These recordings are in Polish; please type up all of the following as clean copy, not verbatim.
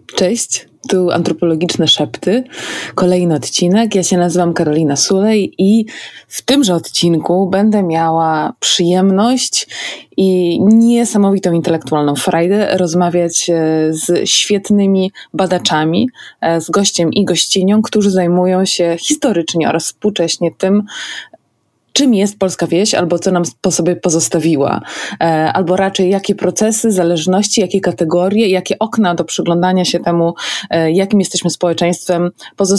Cześć, tu Antropologiczne Szepty, kolejny odcinek. Ja się nazywam Karolina Sulej i w tymże odcinku będę miała przyjemność i niesamowitą intelektualną frajdę rozmawiać z świetnymi badaczami, z gościem i gościnią, którzy zajmują się historycznie oraz współcześnie tym, czym jest polska wieś, albo co nam po sobie pozostawiła, albo raczej jakie procesy, zależności, jakie kategorie, jakie okna do przyglądania się temu, jakim jesteśmy społeczeństwem,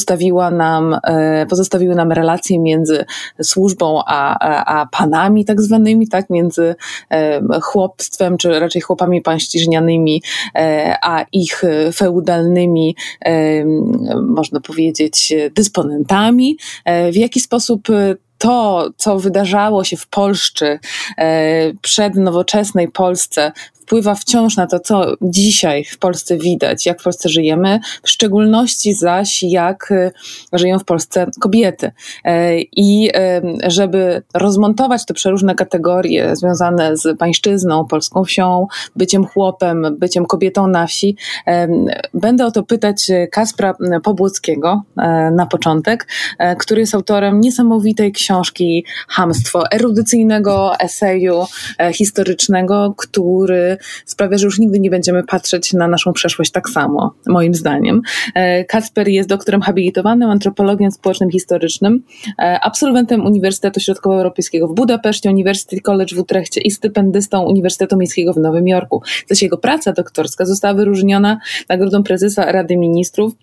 pozostawiły nam relacje między służbą a panami tak zwanymi, tak, między chłopstwem, czy raczej chłopami pańszczyźnianymi, a ich feudalnymi, można powiedzieć, dysponentami, w jaki sposób to, co wydarzało się w Polsce przed nowoczesnej Polsce, wpływa wciąż na to, co dzisiaj w Polsce widać, jak w Polsce żyjemy, w szczególności zaś jak żyją w Polsce kobiety. I żeby rozmontować te przeróżne kategorie związane z pańszczyzną, polską wsią, byciem chłopem, byciem kobietą na wsi, będę o to pytać Kacpra Pobłockiego na początek, który jest autorem niesamowitej książki Chamstwo, erudycyjnego eseju historycznego, który sprawia, że już nigdy nie będziemy patrzeć na naszą przeszłość tak samo, moim zdaniem. Kacper jest doktorem habilitowanym, antropologiem społecznym historycznym, absolwentem Uniwersytetu Środkowoeuropejskiego w Budapeszcie, University College w Utrechcie i stypendystą Uniwersytetu Miejskiego w Nowym Jorku. Zaś jego praca doktorska została wyróżniona Nagrodą Prezesa Rady Ministrów,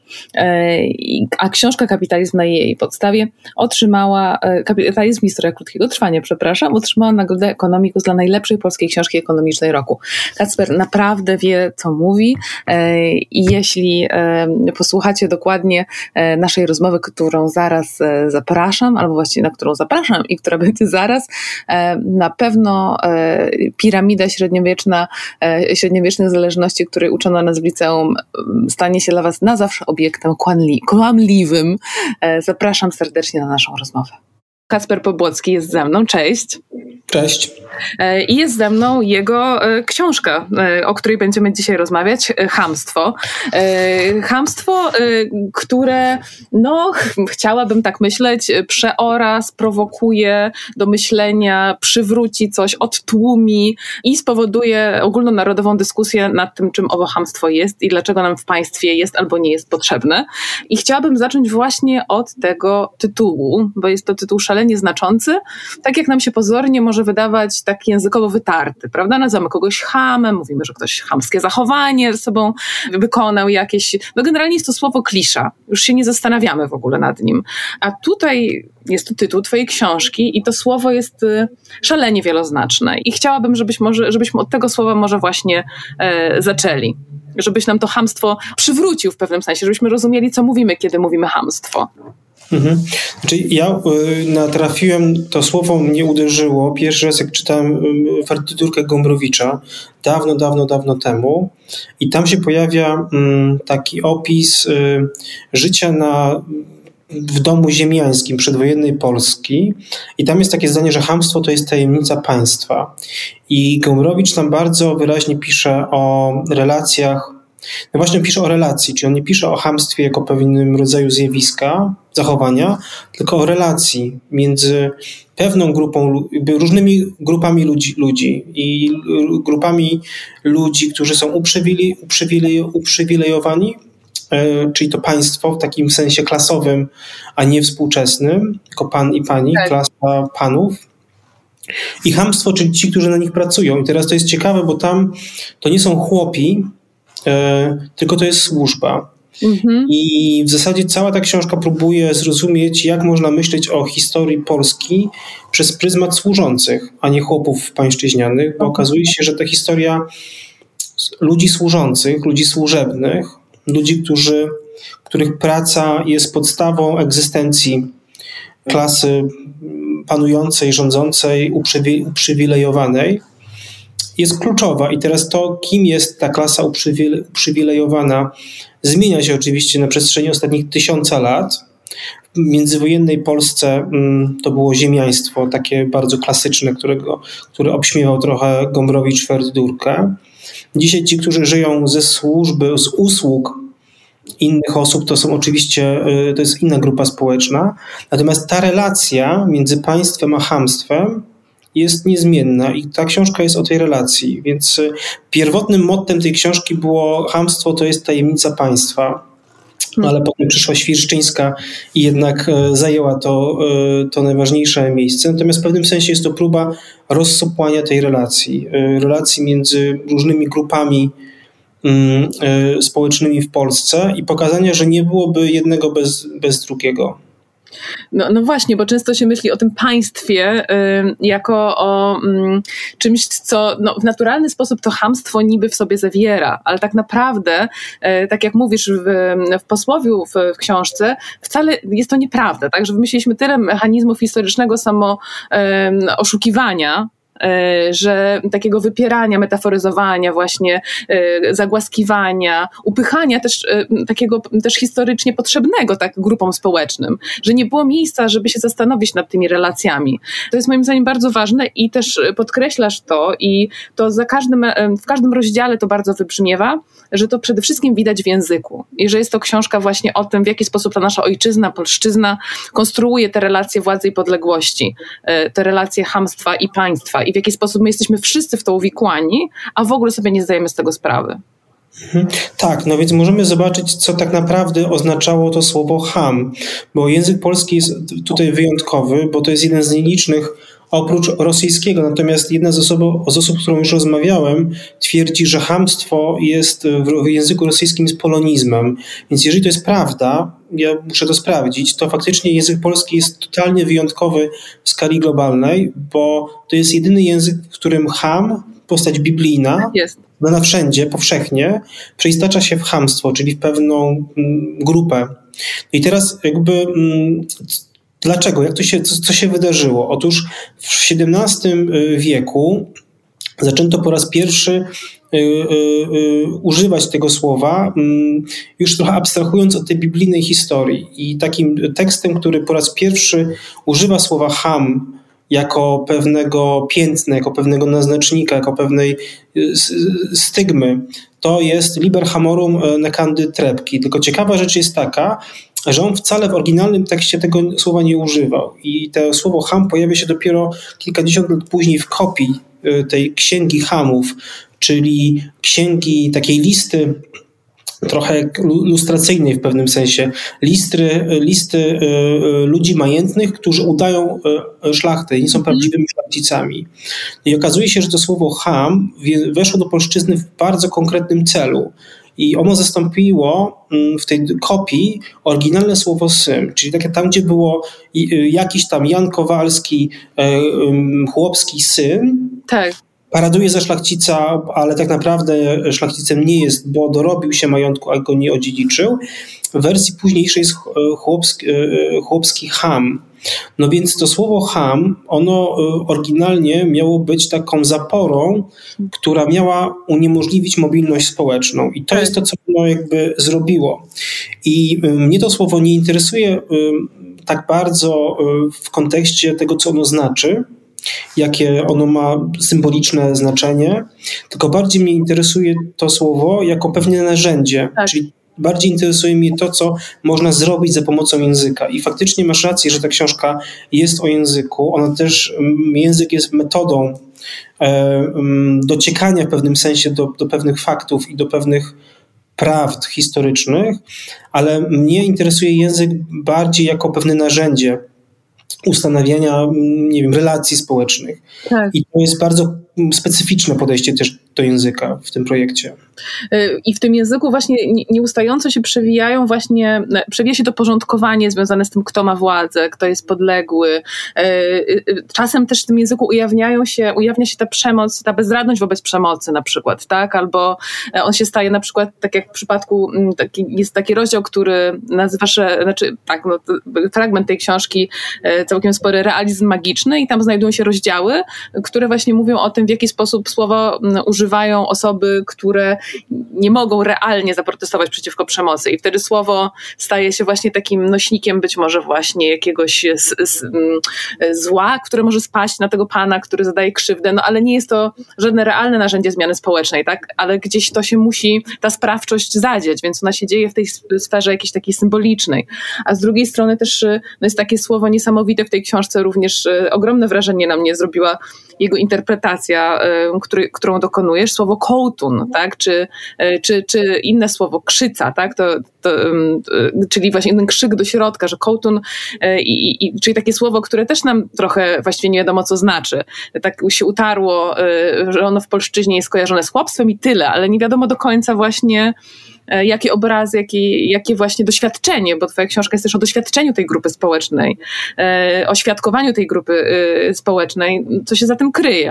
a książka Kapitalizm na jej podstawie otrzymała, Kapitalizm, historia krótkiego trwania, otrzymała Nagrodę Economicus dla najlepszej polskiej książki ekonomicznej roku. Kacper naprawdę wie, co mówi, i jeśli posłuchacie dokładnie naszej rozmowy, którą zaraz zapraszam, albo właściwie na którą zapraszam i która będzie zaraz, na pewno piramida średniowiecznych zależności, której uczono nas w liceum, stanie się dla was na zawsze obiektem kłamliwym. Zapraszam serdecznie na naszą rozmowę. Kacper Pobłocki jest ze mną. Cześć. Cześć. I jest ze mną jego książka, o której będziemy dzisiaj rozmawiać, Chamstwo. Chamstwo, które, chciałabym tak myśleć, przeora, sprowokuje do myślenia, przywróci coś, odtłumi i spowoduje ogólnonarodową dyskusję nad tym, czym owo chamstwo jest i dlaczego nam w państwie jest albo nie jest potrzebne. I chciałabym zacząć właśnie od tego tytułu, bo jest to tytuł szalenie znaczący, tak jak nam się pozornie może wydawać tak językowo wytarty, prawda? Nazywamy kogoś chamem, mówimy, że ktoś chamskie zachowanie ze sobą wykonał jakieś, generalnie jest to słowo klisza, już się nie zastanawiamy w ogóle nad nim. A tutaj jest to tytuł twojej książki i to słowo jest szalenie wieloznaczne i chciałabym, żebyśmy od tego słowa może właśnie zaczęli. Żebyś nam to chamstwo przywrócił w pewnym sensie, żebyśmy rozumieli, co mówimy, kiedy mówimy chamstwo. Mhm. Znaczy ja natrafiłem, to słowo mnie uderzyło pierwszy raz, jak czytałem partyturkę Gombrowicza dawno temu i tam się pojawia taki opis życia w domu ziemiańskim przedwojennej Polski i tam jest takie zdanie, że chamstwo to jest tajemnica państwa i Gombrowicz tam bardzo wyraźnie pisze o relacjach. No właśnie pisze o relacji, czyli on nie pisze o chamstwie jako pewnym rodzaju zjawiska, zachowania, tylko o relacji między pewną grupą, różnymi grupami ludzi i grupami ludzi, którzy są uprzywilejowani, czyli to państwo w takim sensie klasowym, a nie współczesnym, tylko pan i pani, tak. Klasa panów. I chamstwo, czyli ci, którzy na nich pracują. I teraz to jest ciekawe, bo tam to nie są chłopi, tylko to jest służba. Mhm. I w zasadzie cała ta książka próbuje zrozumieć, jak można myśleć o historii Polski przez pryzmat służących, a nie chłopów pańszczyźnianych, bo okazuje się, że ta historia ludzi służących, ludzi służebnych, ludzi, których praca jest podstawą egzystencji klasy panującej, rządzącej, uprzywilejowanej, jest kluczowa. I teraz to, kim jest ta klasa uprzywilejowana, zmienia się oczywiście na przestrzeni ostatnich 1000 lat. W międzywojennej Polsce to było ziemiaństwo takie bardzo klasyczne, które obśmiewał trochę Gombrowicz Ferdydurkę. Dzisiaj ci, którzy żyją ze służby, z usług innych osób to są oczywiście, to jest inna grupa społeczna. Natomiast ta relacja między państwem a chamstwem jest niezmienna i ta książka jest o tej relacji. Więc pierwotnym mottem tej książki było chamstwo to jest tajemnica państwa. Ale potem przyszła Świerszczyńska i jednak zajęła to najważniejsze miejsce. Natomiast w pewnym sensie jest to próba rozsopłania tej relacji między różnymi grupami społecznymi w Polsce i pokazania, że nie byłoby jednego bez drugiego. No właśnie, bo często się myśli o tym państwie jako o czymś, co w naturalny sposób to chamstwo niby w sobie zawiera, ale tak naprawdę, tak jak mówisz w posłowiu w książce, wcale jest to nieprawda, tak, że wymyśliliśmy tyle mechanizmów historycznego oszukiwania, że takiego wypierania, metaforyzowania właśnie, zagłaskiwania, upychania też takiego też historycznie potrzebnego tak grupom społecznym, że nie było miejsca, żeby się zastanowić nad tymi relacjami. To jest moim zdaniem bardzo ważne i też podkreślasz to i to w każdym rozdziale to bardzo wybrzmiewa, że to przede wszystkim widać w języku i że jest to książka właśnie o tym, w jaki sposób ta nasza ojczyzna, polszczyzna konstruuje te relacje władzy i podległości, te relacje chamstwa i państwa i w jaki sposób my jesteśmy wszyscy w to uwikłani, a w ogóle sobie nie zdajemy z tego sprawy. Tak, no więc możemy zobaczyć, co tak naprawdę oznaczało to słowo cham, bo język polski jest tutaj wyjątkowy, bo to jest jeden z nielicznych oprócz rosyjskiego. Natomiast jedna z osób, z którą już rozmawiałem, twierdzi, że chamstwo jest w języku rosyjskim jest polonizmem. Więc jeżeli to jest prawda, ja muszę to sprawdzić, to faktycznie język polski jest totalnie wyjątkowy w skali globalnej, bo to jest jedyny język, w którym cham, postać biblijna, znana wszędzie, powszechnie, przeistacza się w chamstwo, czyli w pewną grupę. I teraz jakby dlaczego? Co się wydarzyło? Otóż w XVII wieku zaczęto po raz pierwszy używać tego słowa, już trochę abstrahując od tej biblijnej historii. I takim tekstem, który po raz pierwszy używa słowa cham jako pewnego piętna, jako pewnego naznacznika, jako pewnej stygmy, to jest Liber Hamorum Necandy Trepki. Tylko ciekawa rzecz jest taka, że on wcale w oryginalnym tekście tego słowa nie używał. I to słowo cham pojawia się dopiero kilkadziesiąt lat później w kopii tej księgi chamów, czyli księgi takiej listy trochę lustracyjnej w pewnym sensie, listy ludzi majętnych, którzy udają szlachtę i nie są prawdziwymi szlachcicami. I okazuje się, że to słowo cham weszło do polszczyzny w bardzo konkretnym celu. I ono zastąpiło w tej kopii oryginalne słowo syn, czyli takie tam, gdzie było jakiś tam Jan Kowalski, chłopski syn, tak. Paraduje za szlachcica, ale tak naprawdę szlachcicem nie jest, bo dorobił się majątku, a go nie odziedziczył. W wersji późniejszej jest chłopski cham. No więc to słowo cham, ono oryginalnie miało być taką zaporą, która miała uniemożliwić mobilność społeczną. I to jest to, co ono jakby zrobiło. I mnie to słowo nie interesuje tak bardzo w kontekście tego, co ono znaczy, jakie ono ma symboliczne znaczenie, tylko bardziej mnie interesuje to słowo jako pewne narzędzie, czyli bardziej interesuje mnie to, co można zrobić za pomocą języka. I faktycznie masz rację, że ta książka jest o języku. Ona też, język jest metodą dociekania w pewnym sensie do pewnych faktów i do pewnych prawd historycznych, ale mnie interesuje język bardziej jako pewne narzędzie ustanawiania, nie wiem, relacji społecznych. Tak. I to jest bardzo specyficzne podejście też do języka w tym projekcie. I w tym języku właśnie nieustająco się przewija się to porządkowanie związane z tym, kto ma władzę, kto jest podległy. Czasem też w tym języku ujawnia się ta przemoc, ta bezradność wobec przemocy na przykład, tak? Albo on się staje na przykład, tak jak w przypadku, jest taki rozdział, który nazywa się, fragment tej książki, całkiem spory, realizm magiczny, i tam znajdują się rozdziały, które właśnie mówią o tym, w jaki sposób słowa używają osoby, które nie mogą realnie zaprotestować przeciwko przemocy. I wtedy słowo staje się właśnie takim nośnikiem być może właśnie jakiegoś zła, które może spaść na tego pana, który zadaje krzywdę, no ale nie jest to żadne realne narzędzie zmiany społecznej, tak? Ale gdzieś to się musi, ta sprawczość zadzieć, więc ona się dzieje w tej sferze jakiejś takiej symbolicznej. A z drugiej strony też no jest takie słowo niesamowite w tej książce, również ogromne wrażenie na mnie zrobiła jego interpretacja, którą dokonujesz, słowo kołtun, tak? Czy inne słowo krzyca, tak? Czyli właśnie ten krzyk do środka, że kołtun, czyli takie słowo, które też nam trochę właściwie nie wiadomo co znaczy. Tak się utarło, że ono w polszczyźnie jest kojarzone z chłopstwem i tyle, ale nie wiadomo do końca właśnie jakie obrazy, jakie właśnie doświadczenie, bo twoja książka jest też o doświadczeniu tej grupy społecznej, o świadkowaniu tej grupy społecznej, co się za tym kryje.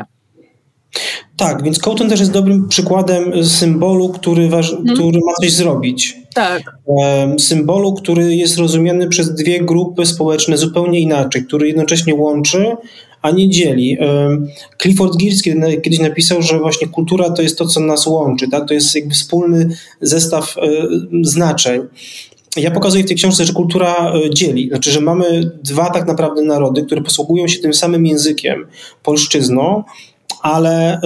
Tak, więc kołtun też jest dobrym przykładem symbolu, który ma coś zrobić. Tak. Symbolu, który jest rozumiany przez dwie grupy społeczne zupełnie inaczej, który jednocześnie łączy, a nie dzieli. Clifford Geertz kiedyś napisał, że właśnie kultura to jest to, co nas łączy, tak? To jest jakby wspólny zestaw znaczeń. Ja pokazuję w tej książce, że kultura dzieli. Znaczy, że mamy dwa tak naprawdę narody, które posługują się tym samym językiem, polszczyzną, ale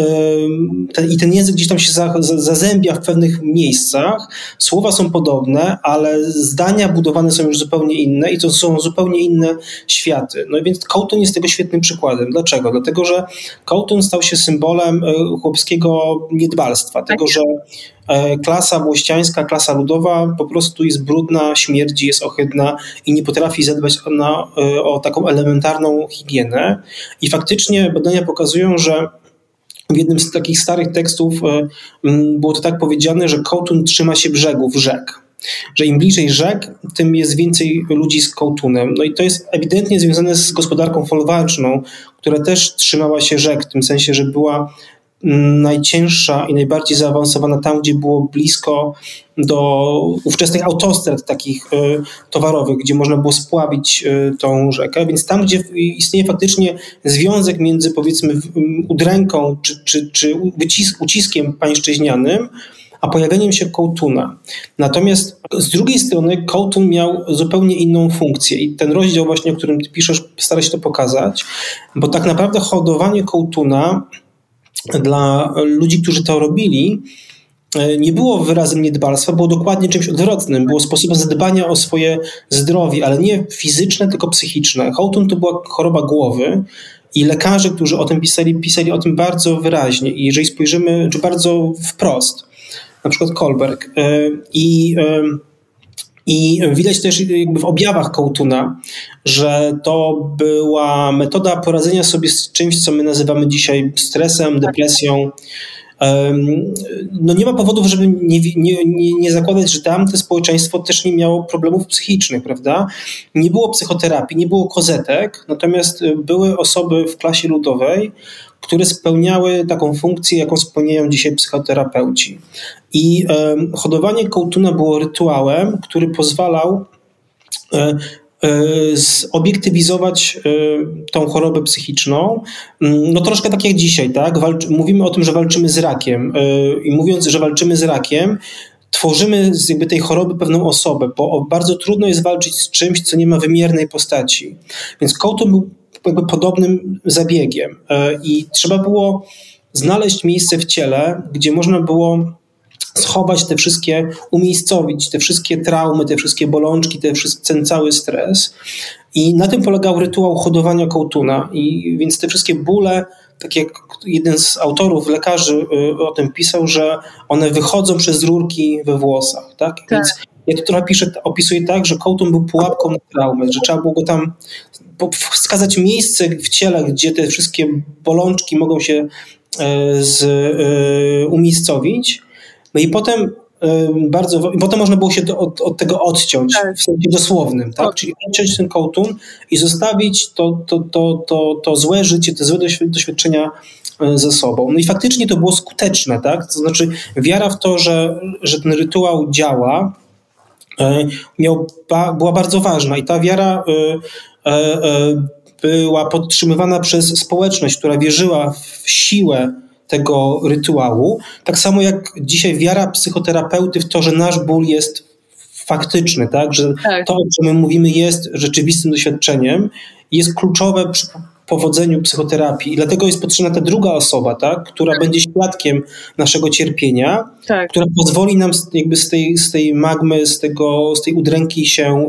ten język gdzieś tam się zazębia w pewnych miejscach. Słowa są podobne, ale zdania budowane są już zupełnie inne i to są zupełnie inne światy. No i więc kołtun jest tego świetnym przykładem. Dlaczego? Dlatego, że kołtun stał się symbolem chłopskiego niedbalstwa. Tego, że klasa włościańska, klasa ludowa po prostu jest brudna, śmierdzi, jest ohydna i nie potrafi zadbać o taką elementarną higienę. I faktycznie badania pokazują, że w jednym z takich starych tekstów było to tak powiedziane, że kołtun trzyma się brzegów rzek. Że im bliżej rzek, tym jest więcej ludzi z kołtunem. No i to jest ewidentnie związane z gospodarką folwarczną, która też trzymała się rzek, w tym sensie, że była najcięższa i najbardziej zaawansowana tam, gdzie było blisko do ówczesnych autostrad takich towarowych, gdzie można było spławić tą rzekę, więc tam, gdzie istnieje faktycznie związek między powiedzmy udręką czy uciskiem pańszczyźnianym, a pojawieniem się kołtuna. Natomiast z drugiej strony kołtun miał zupełnie inną funkcję i ten rozdział właśnie, o którym ty piszesz, stara się to pokazać, bo tak naprawdę hodowanie kołtuna dla ludzi, którzy to robili, nie było wyrazem niedbalstwa, było dokładnie czymś odwrotnym. Było sposobem zadbania o swoje zdrowie, ale nie fizyczne, tylko psychiczne. Kołtun to była choroba głowy i lekarze, którzy o tym pisali o tym bardzo wyraźnie i jeżeli spojrzymy, czy bardzo wprost, na przykład Kolberg. I widać też jakby w objawach kołtuna, że to była metoda poradzenia sobie z czymś, co my nazywamy dzisiaj stresem, depresją. No nie ma powodów, żeby nie zakładać, że tamte społeczeństwo też nie miało problemów psychicznych, prawda? Nie było psychoterapii, nie było kozetek, natomiast były osoby w klasie ludowej, które spełniały taką funkcję, jaką spełniają dzisiaj psychoterapeuci. I hodowanie kołtuna było rytuałem, który pozwalał zobiektywizować tą chorobę psychiczną. No troszkę tak jak dzisiaj, tak? Mówimy o tym, że walczymy z rakiem i mówiąc, że walczymy z rakiem, tworzymy z jakby tej choroby pewną osobę, bo bardzo trudno jest walczyć z czymś, co nie ma wymiernej postaci. Więc kołtun był jakby podobnym zabiegiem i trzeba było znaleźć miejsce w ciele, gdzie można było schować te wszystkie, umiejscowić te wszystkie traumy, te wszystkie bolączki, ten cały stres. I na tym polegał rytuał hodowania kołtuna. I więc te wszystkie bóle, tak jak jeden z autorów, lekarzy o tym pisał, że one wychodzą przez rurki we włosach. Tak? Więc ja to trochę opisuję tak, że kołtun był pułapką na traumę, że trzeba było go tam wskazać miejsce w ciele, gdzie te wszystkie bolączki mogą się umiejscowić. No i potem potem można było się od tego odciąć w sensie dosłownym, tak? Czyli odciąć ten kołtun i zostawić to złe życie, te złe doświadczenia ze sobą. No i faktycznie to było skuteczne, tak? To znaczy wiara w to, że ten rytuał działa, była bardzo ważna i ta wiara była podtrzymywana przez społeczność, która wierzyła w siłę tego rytuału. Tak samo jak dzisiaj wiara psychoterapeuty w to, że nasz ból jest faktyczny, tak? Że to, o czym my mówimy, jest rzeczywistym doświadczeniem i jest kluczowe przy powodzeniu psychoterapii. I dlatego jest potrzebna ta druga osoba, tak? Która będzie świadkiem naszego cierpienia, która pozwoli nam jakby z tej magmy, z tej udręki się,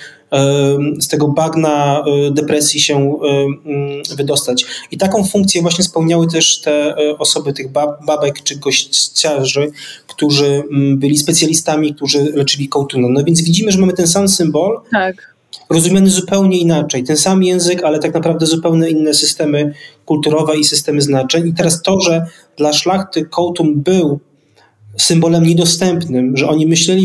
z tego bagna depresji się wydostać. I taką funkcję właśnie spełniały też te osoby, tych babek czy gościarzy, którzy byli specjalistami, którzy leczyli kołtunem. No więc widzimy, że mamy ten sam symbol, rozumiany zupełnie inaczej. Ten sam język, ale tak naprawdę zupełnie inne systemy kulturowe i systemy znaczeń. I teraz to, że dla szlachty kołtun był symbolem niedostępnym, że oni myśleli,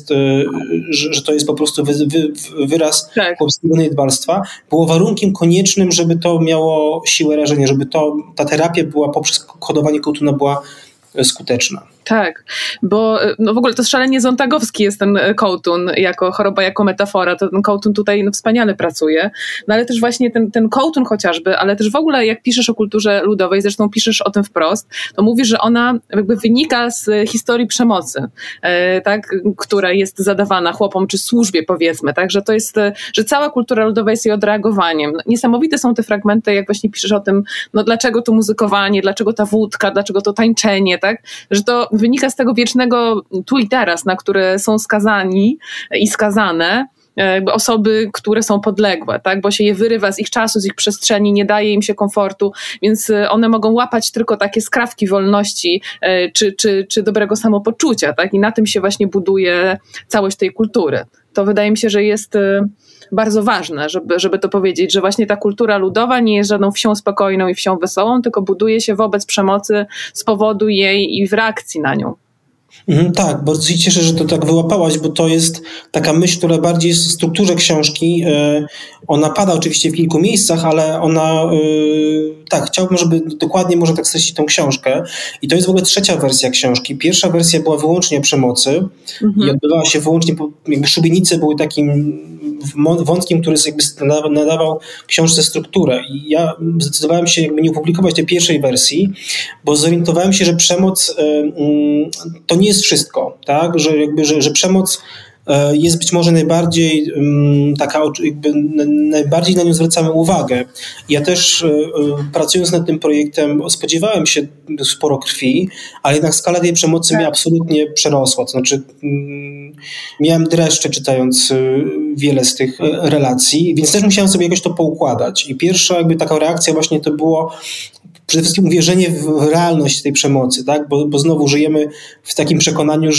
że to jest po prostu wyraz chłopskiego niedbalstwa, było warunkiem koniecznym, żeby to miało siłę rażenia, żeby ta terapia była poprzez kodowanie kołtuna była skuteczna. Tak, bo no w ogóle to szalenie zontagowski jest ten kołtun jako choroba, jako metafora. To ten kołtun tutaj wspaniale pracuje. No ale też właśnie ten kołtun chociażby, ale też w ogóle jak piszesz o kulturze ludowej, zresztą piszesz o tym wprost, to mówisz, że ona jakby wynika z historii przemocy, tak, która jest zadawana chłopom czy służbie, powiedzmy, tak, że to jest, że cała kultura ludowa jest jej odreagowaniem. Niesamowite są te fragmenty, jak właśnie piszesz o tym, no dlaczego to muzykowanie, dlaczego ta wódka, dlaczego to tańczenie, tak, że to wynika z tego wiecznego tu i teraz, na które są skazani i skazane osoby, które są podległe, tak? Bo się je wyrywa z ich czasu, z ich przestrzeni, nie daje im się komfortu, więc one mogą łapać tylko takie skrawki wolności czy dobrego samopoczucia, tak? I na tym się właśnie buduje całość tej kultury. To wydaje mi się, że jest bardzo ważne, żeby to powiedzieć, że właśnie ta kultura ludowa nie jest żadną wsią spokojną i wsią wesołą, tylko buduje się wobec przemocy z powodu jej i w reakcji na nią. Tak, bardzo się cieszę, że to tak wyłapałaś, bo to jest taka myśl, która bardziej jest w strukturze książki. Ona pada oczywiście w kilku miejscach, ale ona, tak, chciałbym, żeby dokładnie może tak streścić tą książkę. I to jest w ogóle trzecia wersja książki. Pierwsza wersja była wyłącznie o przemocy i odbywała się wyłącznie, jakby szubienice były takim wątkiem, który jakby nadawał książce strukturę. I ja zdecydowałem się jakby nie opublikować tej pierwszej wersji, bo zorientowałem się, że przemoc to nie jest wszystko, tak? Że przemoc jest być może najbardziej taka, jakby najbardziej na nią zwracamy uwagę. Ja też pracując nad tym projektem spodziewałem się sporo krwi, ale jednak skala tej przemocy mnie absolutnie przerosła. To znaczy miałem dreszcze czytając wiele z tych relacji, więc też musiałem sobie jakoś to poukładać. I pierwsza jakby taka reakcja właśnie to było przede wszystkim uwierzenie w realność tej przemocy, tak? Bo znowu żyjemy w takim przekonaniu,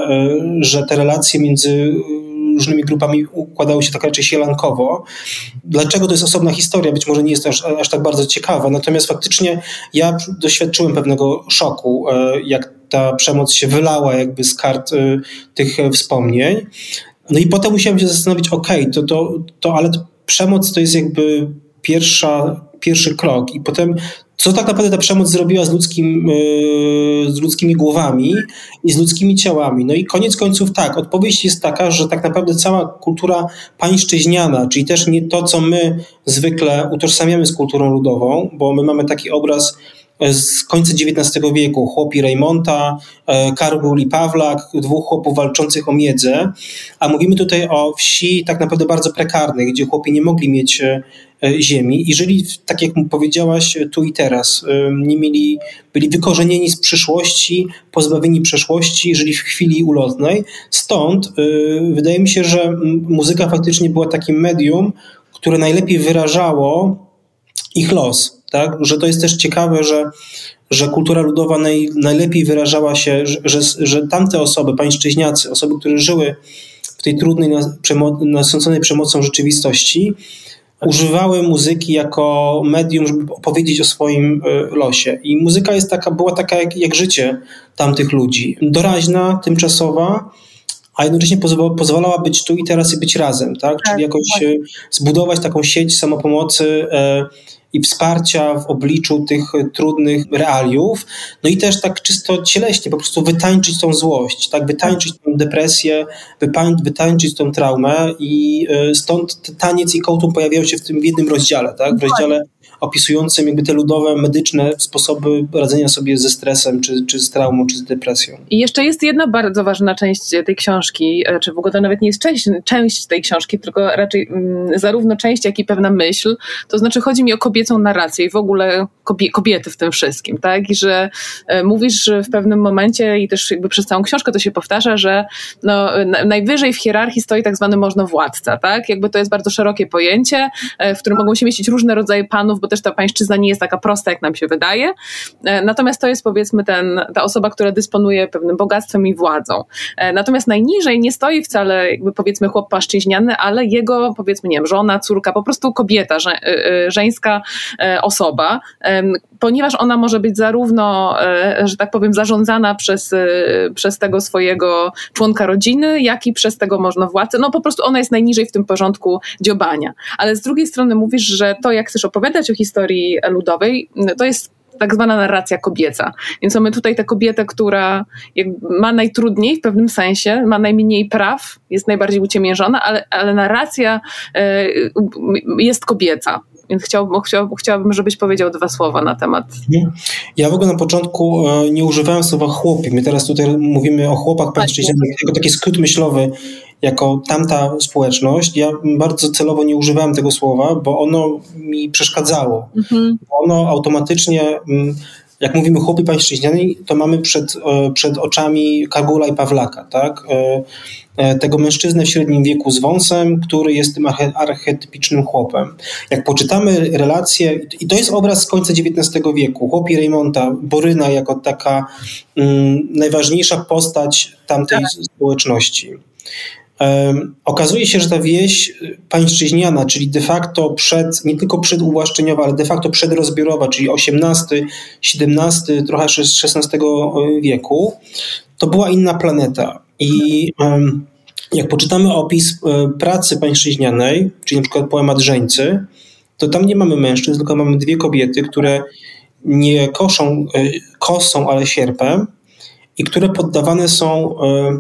że te relacje między różnymi grupami układały się tak raczej sielankowo. Dlaczego to jest osobna historia? Być może nie jest aż tak bardzo ciekawa, natomiast faktycznie ja doświadczyłem pewnego szoku, jak ta przemoc się wylała jakby z kart tych wspomnień. No i potem musiałem się zastanowić, ale przemoc to jest jakby pierwszy krok i potem co tak naprawdę ta przemoc zrobiła z ludzkimi głowami i z ludzkimi ciałami. No i koniec końców tak, odpowiedź jest taka, że tak naprawdę cała kultura pańszczyźniana, czyli też nie to, co my zwykle utożsamiamy z kulturą ludową, bo my mamy taki obraz z końca XIX wieku, chłopi Rejmonta, Kargul i Pawlak, dwóch chłopów walczących o miedzę, a mówimy tutaj o wsi tak naprawdę bardzo prekarnej, gdzie chłopi nie mogli mieć ziemi i żyli, tak jak powiedziałaś, tu i teraz. Byli wykorzenieni z przyszłości, pozbawieni przeszłości, żyli w chwili ulotnej. Stąd wydaje mi się, że muzyka faktycznie była takim medium, które najlepiej wyrażało ich los. Tak? Że to jest też ciekawe, że kultura ludowa najlepiej wyrażała się, że tamte osoby, pańszczyźniacy, osoby, które żyły w tej trudnej, nasąconej przemocą rzeczywistości, używały muzyki jako medium, żeby opowiedzieć o swoim losie. I muzyka była taka jak życie tamtych ludzi. Doraźna, tymczasowa, a jednocześnie pozwalała być tu i teraz i być razem. Tak? Czyli jakoś zbudować taką sieć samopomocy i wsparcia w obliczu tych trudnych realiów. No i też tak czysto cieleśnie po prostu wytańczyć tą złość, tak? Wytańczyć tą depresję, wytańczyć tą traumę i stąd taniec i kołtun pojawiają się w jednym rozdziale, tak? W rozdziale opisującym jakby te ludowe, medyczne sposoby radzenia sobie ze stresem, czy z traumą, czy z depresją. I jeszcze jest jedna bardzo ważna część tej książki, czy w ogóle to nawet nie jest część tej książki, tylko raczej zarówno część, jak i pewna myśl. To znaczy chodzi mi o kobiecą narrację i w ogóle kobiety w tym wszystkim, tak? I że mówisz w pewnym momencie i też jakby przez całą książkę to się powtarza, że no, najwyżej w hierarchii stoi tak zwany możnowładca, tak? Jakby to jest bardzo szerokie pojęcie, w którym mogą się mieścić różne rodzaje panów, bo też ta pańszczyzna nie jest taka prosta, jak nam się wydaje. Natomiast to jest powiedzmy ta osoba, która dysponuje pewnym bogactwem i władzą. Natomiast najniżej nie stoi wcale jakby powiedzmy chłop płaszczyźniany, ale jego powiedzmy, nie wiem, żona, córka, po prostu kobieta, żeńska osoba, ponieważ ona może być zarówno, że tak powiem, zarządzana przez tego swojego członka rodziny, jak i przez tego możnowładcę. No po prostu ona jest najniżej w tym porządku dziobania. Ale z drugiej strony mówisz, że to, jak chcesz opowiadać o historii ludowej, to jest tak zwana narracja kobieca. Więc mamy tutaj tę kobietę, która ma najtrudniej w pewnym sensie, ma najmniej praw, jest najbardziej uciemiężona, ale narracja jest kobieca. Więc chciałabym, żebyś powiedział 2 słowa na temat. Ja w ogóle na początku nie używałem słowa chłopi. My teraz tutaj mówimy o chłopach pańszczyźnianych jako taki skrót myślowy, jako tamta społeczność. Ja bardzo celowo nie używałem tego słowa, bo ono mi przeszkadzało. Ono automatycznie, jak mówimy chłopi pańszczyźniani, to mamy przed oczami Kagula i Pawlaka, tak? Tego mężczyznę w średnim wieku z wąsem, który jest tym archetypicznym chłopem. Jak poczytamy relacje, i to jest obraz z końca XIX wieku, chłopi Reymonta, Boryna jako taka najważniejsza postać tamtej społeczności. Okazuje się, że ta wieś pańszczyźniana, czyli de facto nie tylko przeduwłaszczeniowa, ale de facto przedrozbiorowa, czyli XVIII, XVII, trochę XVI wieku, to była inna planeta. I jak poczytamy opis pracy pańszczyźnianej, czyli na przykład poemat Żeńcy, to tam nie mamy mężczyzn, tylko mamy 2 kobiety, które nie koszą kosą, ale sierpem i które poddawane są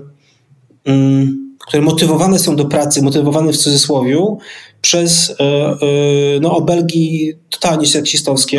które motywowane są do pracy, motywowane w cudzysłowiu przez obelgi totalnie seksistowskie,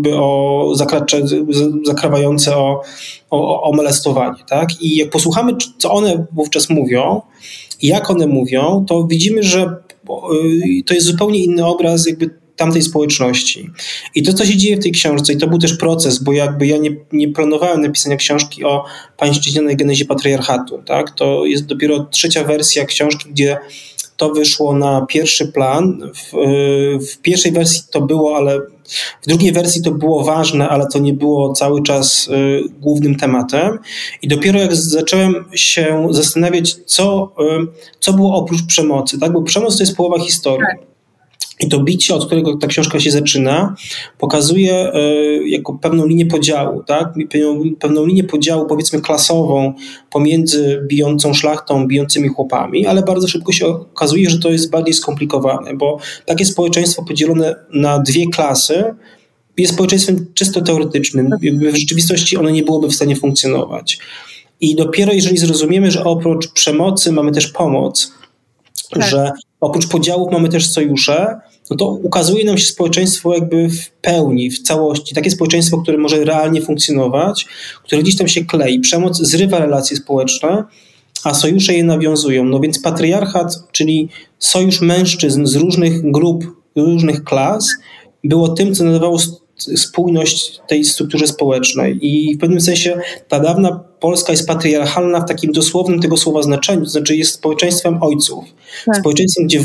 zakrawające o molestowanie. Tak? I jak posłuchamy, co one wówczas mówią i jak one mówią, to widzimy, że to jest zupełnie inny obraz jakby tamtej społeczności. I to, co się dzieje w tej książce, i to był też proces, bo jakby ja nie planowałem napisania książki o pańszczyźnianej genezie patriarchatu. Tak? To jest dopiero 3. wersja książki, gdzie to wyszło na pierwszy plan. W pierwszej wersji to było, ale w drugiej wersji to było ważne, ale to nie było cały czas głównym tematem. I dopiero jak zacząłem się zastanawiać, co było oprócz przemocy, tak? Bo przemoc to jest połowa historii. I to bicie, od którego ta książka się zaczyna, pokazuje jako pewną linię podziału, tak? Pewną linię podziału, powiedzmy, klasową pomiędzy bijącą szlachtą, bijącymi chłopami, ale bardzo szybko się okazuje, że to jest bardziej skomplikowane, bo takie społeczeństwo podzielone na 2 klasy jest społeczeństwem czysto teoretycznym. Jakby w rzeczywistości ono nie byłoby w stanie funkcjonować. I dopiero jeżeli zrozumiemy, że oprócz przemocy mamy też pomoc, że oprócz podziałów mamy też sojusze, no to ukazuje nam się społeczeństwo jakby w pełni, w całości. Takie społeczeństwo, które może realnie funkcjonować, które gdzieś tam się klei. Przemoc zrywa relacje społeczne, a sojusze je nawiązują. No więc patriarchat, czyli sojusz mężczyzn z różnych grup, różnych klas, było tym, co nadawało spójność tej strukturze społecznej. I w pewnym sensie ta dawna Polska jest patriarchalna w takim dosłownym tego słowa znaczeniu, to znaczy jest społeczeństwem ojców. Tak. Społeczeństwem, gdzie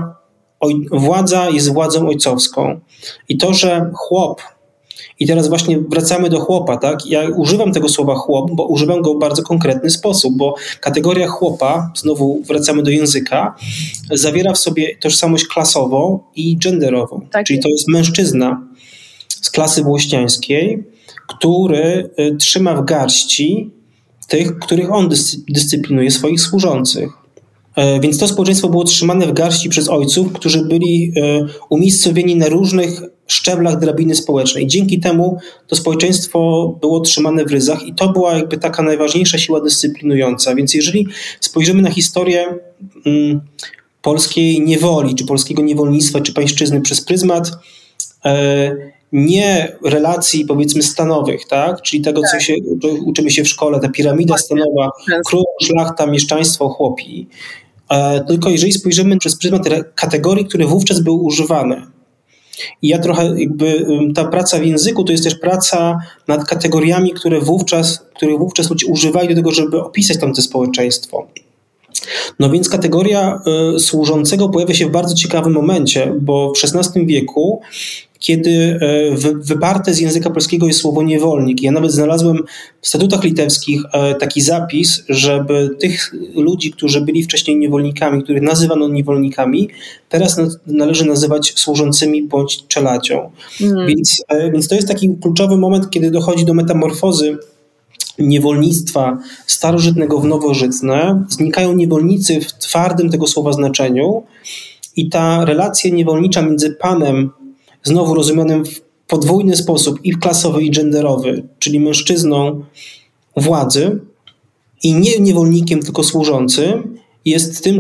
władza jest władzą ojcowską. I to, że chłop, i teraz właśnie wracamy do chłopa, tak? Ja używam tego słowa chłop, bo używam go w bardzo konkretny sposób, bo kategoria chłopa, znowu wracamy do języka, zawiera w sobie tożsamość klasową i genderową. Tak. Czyli to jest mężczyzna z klasy włościańskiej, który trzyma w garści tych, których on dyscyplinuje, swoich służących. Więc to społeczeństwo było trzymane w garści przez ojców, którzy byli umiejscowieni na różnych szczeblach drabiny społecznej. Dzięki temu to społeczeństwo było trzymane w ryzach i to była jakby taka najważniejsza siła dyscyplinująca. Więc jeżeli spojrzymy na historię polskiej niewoli, czy polskiego niewolnictwa, czy pańszczyzny przez pryzmat nie relacji, powiedzmy, stanowych, tak? Czyli tego, co uczymy się w szkole, ta piramida stanowa, król, szlachta, mieszczaństwo, chłopi. Tylko jeżeli spojrzymy przez pryzmat kategorii, które wówczas były używane. I ja trochę ta praca w języku to jest też praca nad kategoriami, których wówczas ludzie używali do tego, żeby opisać tamte społeczeństwo. No więc kategoria służącego pojawia się w bardzo ciekawym momencie, bo w XVI wieku, kiedy wyparte z języka polskiego jest słowo niewolnik. Ja nawet znalazłem w statutach litewskich taki zapis, żeby tych ludzi, którzy byli wcześniej niewolnikami, których nazywano niewolnikami, teraz należy nazywać służącymi bądź czeladzią. Więc to jest taki kluczowy moment, kiedy dochodzi do metamorfozy niewolnictwa starożytnego w nowożytne. Znikają niewolnicy w twardym tego słowa znaczeniu i ta relacja niewolnicza między panem, znowu rozumianym w podwójny sposób, i klasowy, i genderowy, czyli mężczyzną władzy i nie niewolnikiem, tylko służącym, jest tym,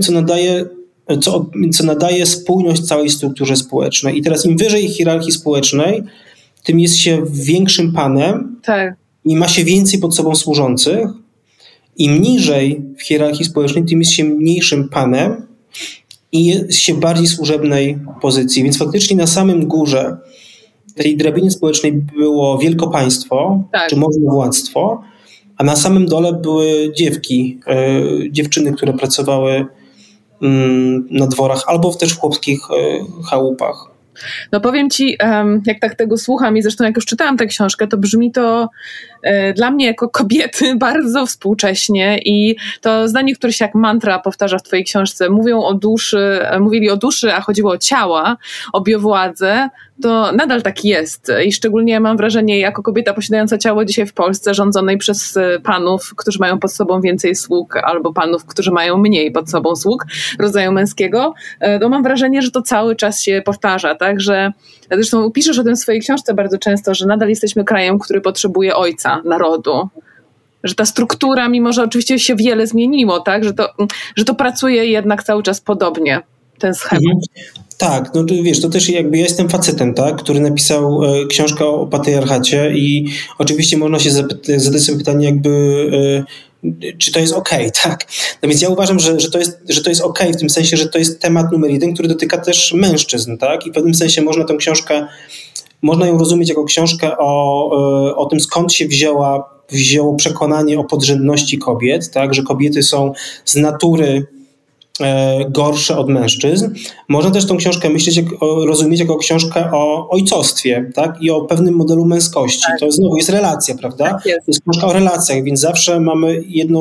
co nadaje spójność całej strukturze społecznej. I teraz im wyżej hierarchii społecznej, tym jest się większym panem, tak, i ma się więcej pod sobą służących. Im niżej w hierarchii społecznej, tym jest się mniejszym panem i jest się bardziej służebnej pozycji. Więc faktycznie na samym górze tej drabiny społecznej było wielkopaństwo, tak, czy możnowładztwo, a na samym dole były dziewczyny, które pracowały na dworach albo też w chłopskich chałupach. No powiem ci, jak tak tego słucham i zresztą jak już czytałam tę książkę, to brzmi to dla mnie jako kobiety bardzo współcześnie i to zdanie, które się jak mantra powtarza w twojej książce, mówili o duszy, a chodziło o ciała, o biowładzę, to nadal tak jest i szczególnie mam wrażenie, jako kobieta posiadająca ciało dzisiaj w Polsce, rządzonej przez panów, którzy mają pod sobą więcej sług, albo panów, którzy mają mniej pod sobą sług rodzaju męskiego, to mam wrażenie, że to cały czas się powtarza, tak, że zresztą piszesz o tym w swojej książce bardzo często, że nadal jesteśmy krajem, który potrzebuje ojca, narodu. Że ta struktura, mimo że oczywiście się wiele zmieniło, tak, że to pracuje jednak cały czas podobnie, ten schemat. Tak, no wiesz, to też jakby ja jestem facetem, tak, który napisał książkę o patriarchacie i oczywiście można się zadać sobie pytanie jakby, czy to jest okej, tak? No więc ja uważam, że to jest okej, w tym sensie, że to jest temat numer 1, który dotyka też mężczyzn, tak? I w pewnym sensie można ją rozumieć jako książkę o tym, skąd się wzięło przekonanie o podrzędności kobiet, tak? Że kobiety są z natury gorsze od mężczyzn. Można też tą książkę rozumieć jako książkę o ojcostwie, tak? I o pewnym modelu męskości. Tak. To znowu jest relacja, prawda? Tak jest książka o relacjach, więc zawsze mamy jedną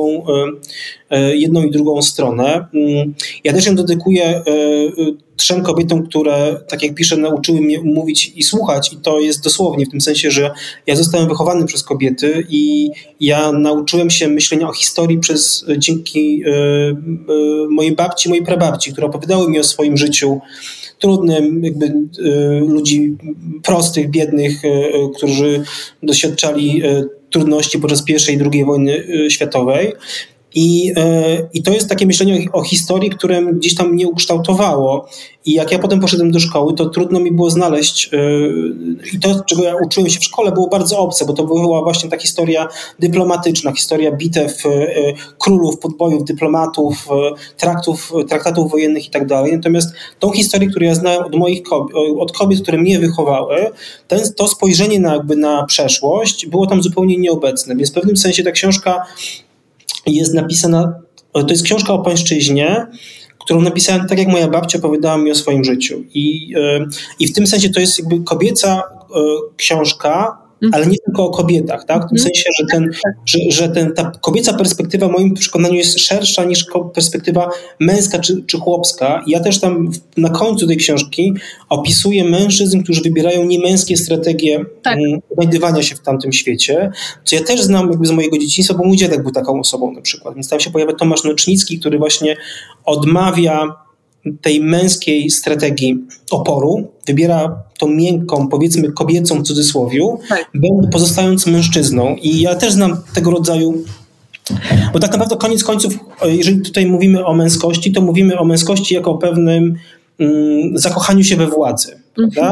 i drugą stronę. Ja też ją dedykuję 3 kobietom, które, tak jak piszę, nauczyły mnie mówić i słuchać, i to jest dosłownie w tym sensie, że ja zostałem wychowany przez kobiety i ja nauczyłem się myślenia o historii dzięki mojej babci, mojej prababci, które opowiadały mi o swoim życiu trudnym, jakby ludzi prostych, biednych, którzy doświadczali trudności podczas I i II wojny światowej. I to jest takie myślenie o historii, które gdzieś tam mnie ukształtowało. I jak ja potem poszedłem do szkoły, to trudno mi było znaleźć i to, czego ja uczyłem się w szkole, było bardzo obce, bo to była właśnie ta historia dyplomatyczna, historia bitew królów, podbojów, dyplomatów, traktatów wojennych i tak dalej. Natomiast tą historię, którą ja znałem od kobiet, które mnie wychowały, to spojrzenie na przeszłość było tam zupełnie nieobecne. Więc w pewnym sensie ta książka jest napisana, to jest książka o pańszczyźnie, którą napisałem tak, jak moja babcia opowiadała mi o swoim życiu. I w tym sensie to jest jakby kobieca książka, ale nie tylko o kobietach, tak? W tym sensie, że ta kobieca perspektywa w moim przekonaniu jest szersza niż perspektywa męska czy chłopska. Ja też tam na końcu tej książki opisuję mężczyzn, którzy wybierają niemęskie strategie odnajdywania się w tamtym świecie, co ja też znam jakby z mojego dzieciństwa, bo mój dziadek był taką osobą na przykład. Więc tam się pojawia Tomasz Nocznicki, który właśnie odmawia tej męskiej strategii oporu, wybiera tą miękką, powiedzmy kobiecą w cudzysłowiu, pozostając mężczyzną. I ja też znam tego rodzaju, bo tak naprawdę koniec końców, jeżeli tutaj mówimy o męskości, to mówimy o męskości jako o pewnym zakochaniu się we władzy. prawda?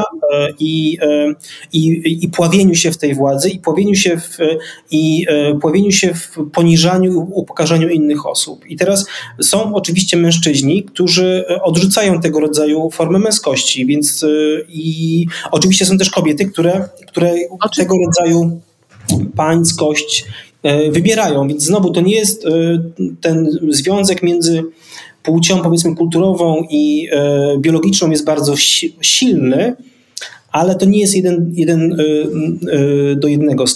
I pławieniu się w tej władzy, pławieniu się w poniżaniu, upokarzaniu innych osób. I teraz są oczywiście mężczyźni, którzy odrzucają tego rodzaju formę męskości, więc i oczywiście są też kobiety, które tego rodzaju pańskość wybierają, więc znowu to nie jest ten związek między płcią, powiedzmy, kulturową i biologiczną jest bardzo silny, ale to nie jest jeden do jednego.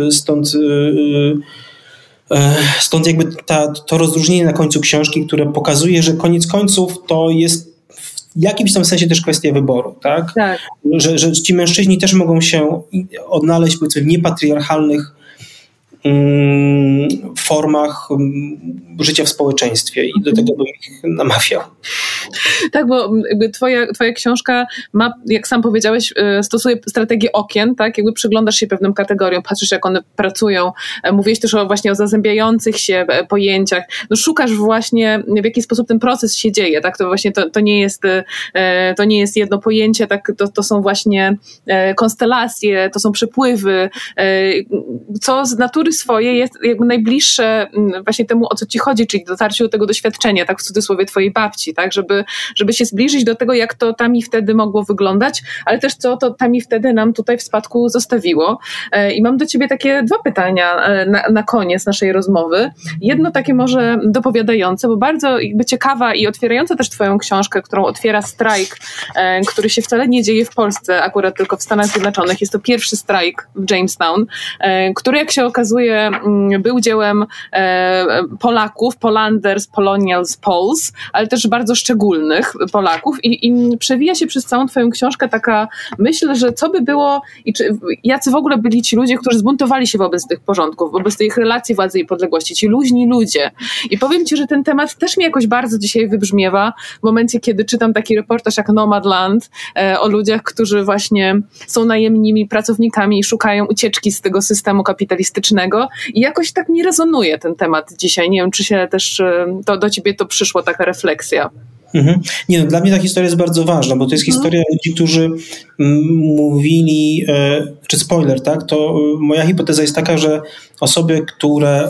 Stąd jakby to rozróżnienie na końcu książki, które pokazuje, że koniec końców to jest w jakimś tam sensie też kwestia wyboru, tak? Tak. Że ci mężczyźni też mogą się odnaleźć, powiedzmy, w niepatriarchalnych formach życia w społeczeństwie i do tego bym ich namawiał. Tak, bo jakby twoja książka ma, jak sam powiedziałeś, stosuje strategię okien, tak? Jakby przyglądasz się pewnym kategoriom, patrzysz, jak one pracują. Mówiłeś też właśnie o zazębiających się pojęciach. No, szukasz właśnie, w jaki sposób ten proces się dzieje, tak? To właśnie to nie jest jedno pojęcie, tak? To są właśnie konstelacje, to są przepływy, co z natury swojej jest jakby najbliższe właśnie temu, o co ci chodzi, czyli dotarciu do tego doświadczenia, tak w cudzysłowie twojej babci, tak, żeby się zbliżyć do tego, jak to tam i wtedy mogło wyglądać, ale też co to tam i wtedy nam tutaj w spadku zostawiło. I mam do ciebie takie 2 pytania na koniec naszej rozmowy. Jedno takie może dopowiadające, bo bardzo jakby ciekawa i otwierająca też twoją książkę, którą otwiera strajk, który się wcale nie dzieje w Polsce, akurat tylko w Stanach Zjednoczonych. Jest to pierwszy strajk w Jamestown, który, jak się okazuje, był dziełem Polaków, Polanders, Polonials, Poles, ale też bardzo szczególnych Polaków i przewija się przez całą twoją książkę taka myśl, że co by było i jacy w ogóle byli ci ludzie, którzy zbuntowali się wobec tych porządków, wobec tych relacji władzy i podległości, ci luźni ludzie. I powiem ci, że ten temat też mi jakoś bardzo dzisiaj wybrzmiewa w momencie, kiedy czytam taki reportaż jak Nomadland o ludziach, którzy właśnie są najemnymi pracownikami i szukają ucieczki z tego systemu kapitalistycznego i jakoś tak mi rezonuje ten temat dzisiaj. Nie wiem, czy się też do ciebie to przyszło, taka refleksja. Nie, no, dla mnie ta historia jest bardzo ważna, bo to jest historia ludzi, którzy mówili, czy spoiler, tak, to moja hipoteza jest taka, że osoby, które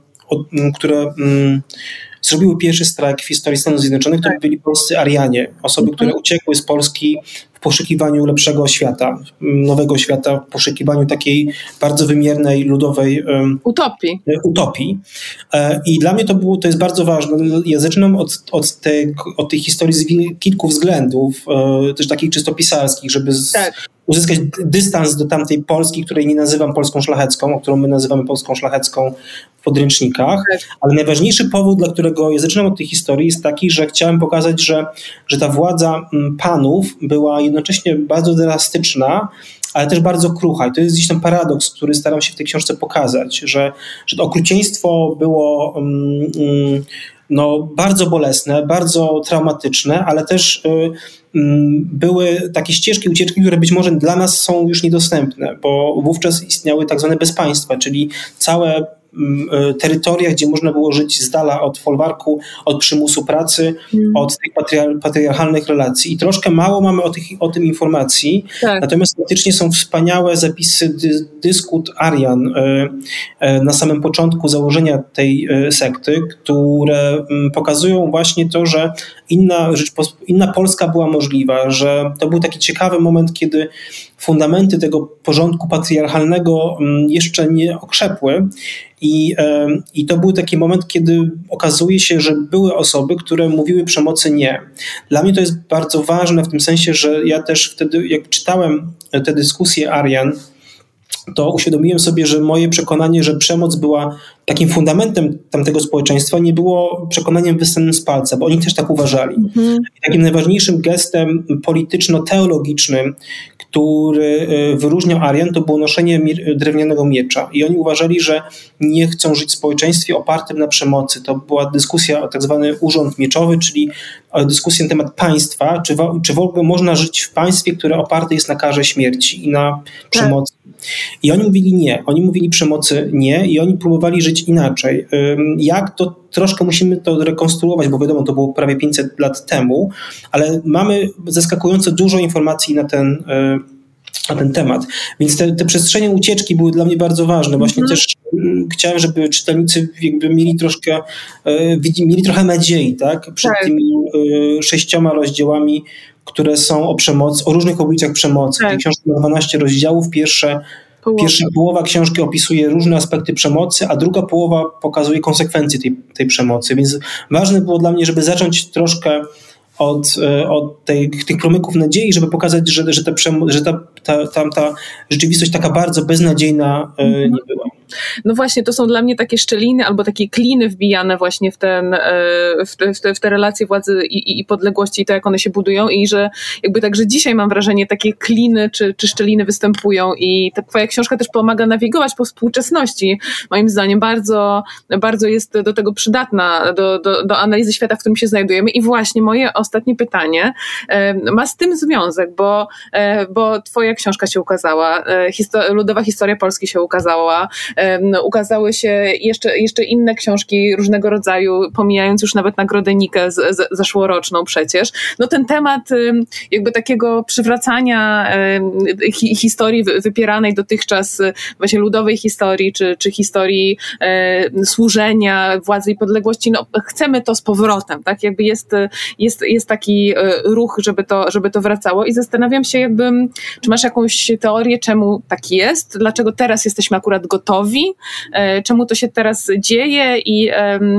zrobiły pierwszy strajk w historii Stanów Zjednoczonych, to byli polscy Arianie, osoby, które uciekły z Polski w poszukiwaniu lepszego świata, nowego świata, w poszukiwaniu takiej bardzo wymiernej, ludowej utopii. I dla mnie to jest bardzo ważne. Ja zaczynam od tej historii z kilku względów, też takich czysto pisarskich, żeby uzyskać dystans do tamtej Polski, której nie nazywam Polską szlachecką, którą my nazywamy Polską szlachecką w podręcznikach. Ale najważniejszy powód, dla którego ja zaczynam od tej historii, jest taki, że chciałem pokazać, że ta władza panów była jednocześnie bardzo drastyczna, ale też bardzo krucha. I to jest gdzieś ten paradoks, który staram się w tej książce pokazać, że to okrucieństwo było bardzo bolesne, bardzo traumatyczne, ale też były takie ścieżki ucieczki, które być może dla nas są już niedostępne, bo wówczas istniały tak zwane bezpaństwa, czyli całe terytoria, gdzie można było żyć z dala od folwarku, od przymusu pracy, od tych patriarchalnych relacji. I troszkę mało mamy o tym informacji, natomiast faktycznie są wspaniałe zapisy dyskut Arian na samym początku założenia tej sekty, które pokazują właśnie to, że inna Polska była możliwa, że to był taki ciekawy moment, kiedy fundamenty tego porządku patriarchalnego jeszcze nie okrzepły i to był taki moment, kiedy okazuje się, że były osoby, które mówiły przemocy nie. Dla mnie to jest bardzo ważne w tym sensie, że ja też wtedy, jak czytałem te dyskusje Arian, to uświadomiłem sobie, że moje przekonanie, że przemoc była takim fundamentem tamtego społeczeństwa, nie było przekonaniem wyssanym z palca, bo oni też tak uważali. I takim najważniejszym gestem polityczno-teologicznym, który wyróżniał Arian, to było noszenie drewnianego miecza. I oni uważali, że nie chcą żyć w społeczeństwie opartym na przemocy. To była dyskusja o tak zwany urząd mieczowy, czyli dyskusję na temat państwa, czy w ogóle można żyć w państwie, które oparte jest na karze śmierci i na przemocy. I oni mówili nie, oni mówili przemocy nie i oni próbowali żyć inaczej. Jak to troszkę musimy to rekonstruować, bo wiadomo, to było prawie 500 lat temu, ale mamy zaskakująco dużo informacji na ten temat. Więc te przestrzenie ucieczki były dla mnie bardzo ważne. Właśnie też chciałem, żeby czytelnicy jakby mieli trochę nadziei, tak? Przed tymi 6 rozdziałami, które są o przemocy, o różnych oblicach przemocy. Ta książka ma 12 rozdziałów. Pierwsza połowa książki opisuje różne aspekty przemocy, a druga połowa pokazuje konsekwencje tej przemocy. Więc ważne było dla mnie, żeby zacząć troszkę od tych promyków nadziei, żeby pokazać, że ta rzeczywistość taka bardzo beznadziejna nie była. No właśnie, to są dla mnie takie szczeliny albo takie kliny wbijane właśnie w te relacje władzy i podległości i to, jak one się budują i że jakby także dzisiaj mam wrażenie, takie kliny czy szczeliny występują i ta twoja książka też pomaga nawigować po współczesności. Moim zdaniem bardzo, bardzo jest do tego przydatna, do analizy świata, w którym się znajdujemy i właśnie moje ostatnie pytanie ma z tym związek, bo twoja książka się ukazała, Ludowa Historia Polski się ukazała, ukazały się jeszcze inne książki różnego rodzaju, pomijając już nawet Nagrodę Nikę zeszłoroczną przecież. No ten temat jakby takiego przywracania historii wypieranej dotychczas, właśnie ludowej historii, czy historii służenia władzy i podległości, no chcemy to z powrotem, tak? Jakby jest taki ruch, żeby to wracało i zastanawiam się czy masz jakąś teorię, czemu tak jest, dlaczego teraz jesteśmy akurat gotowi, czemu to się teraz dzieje i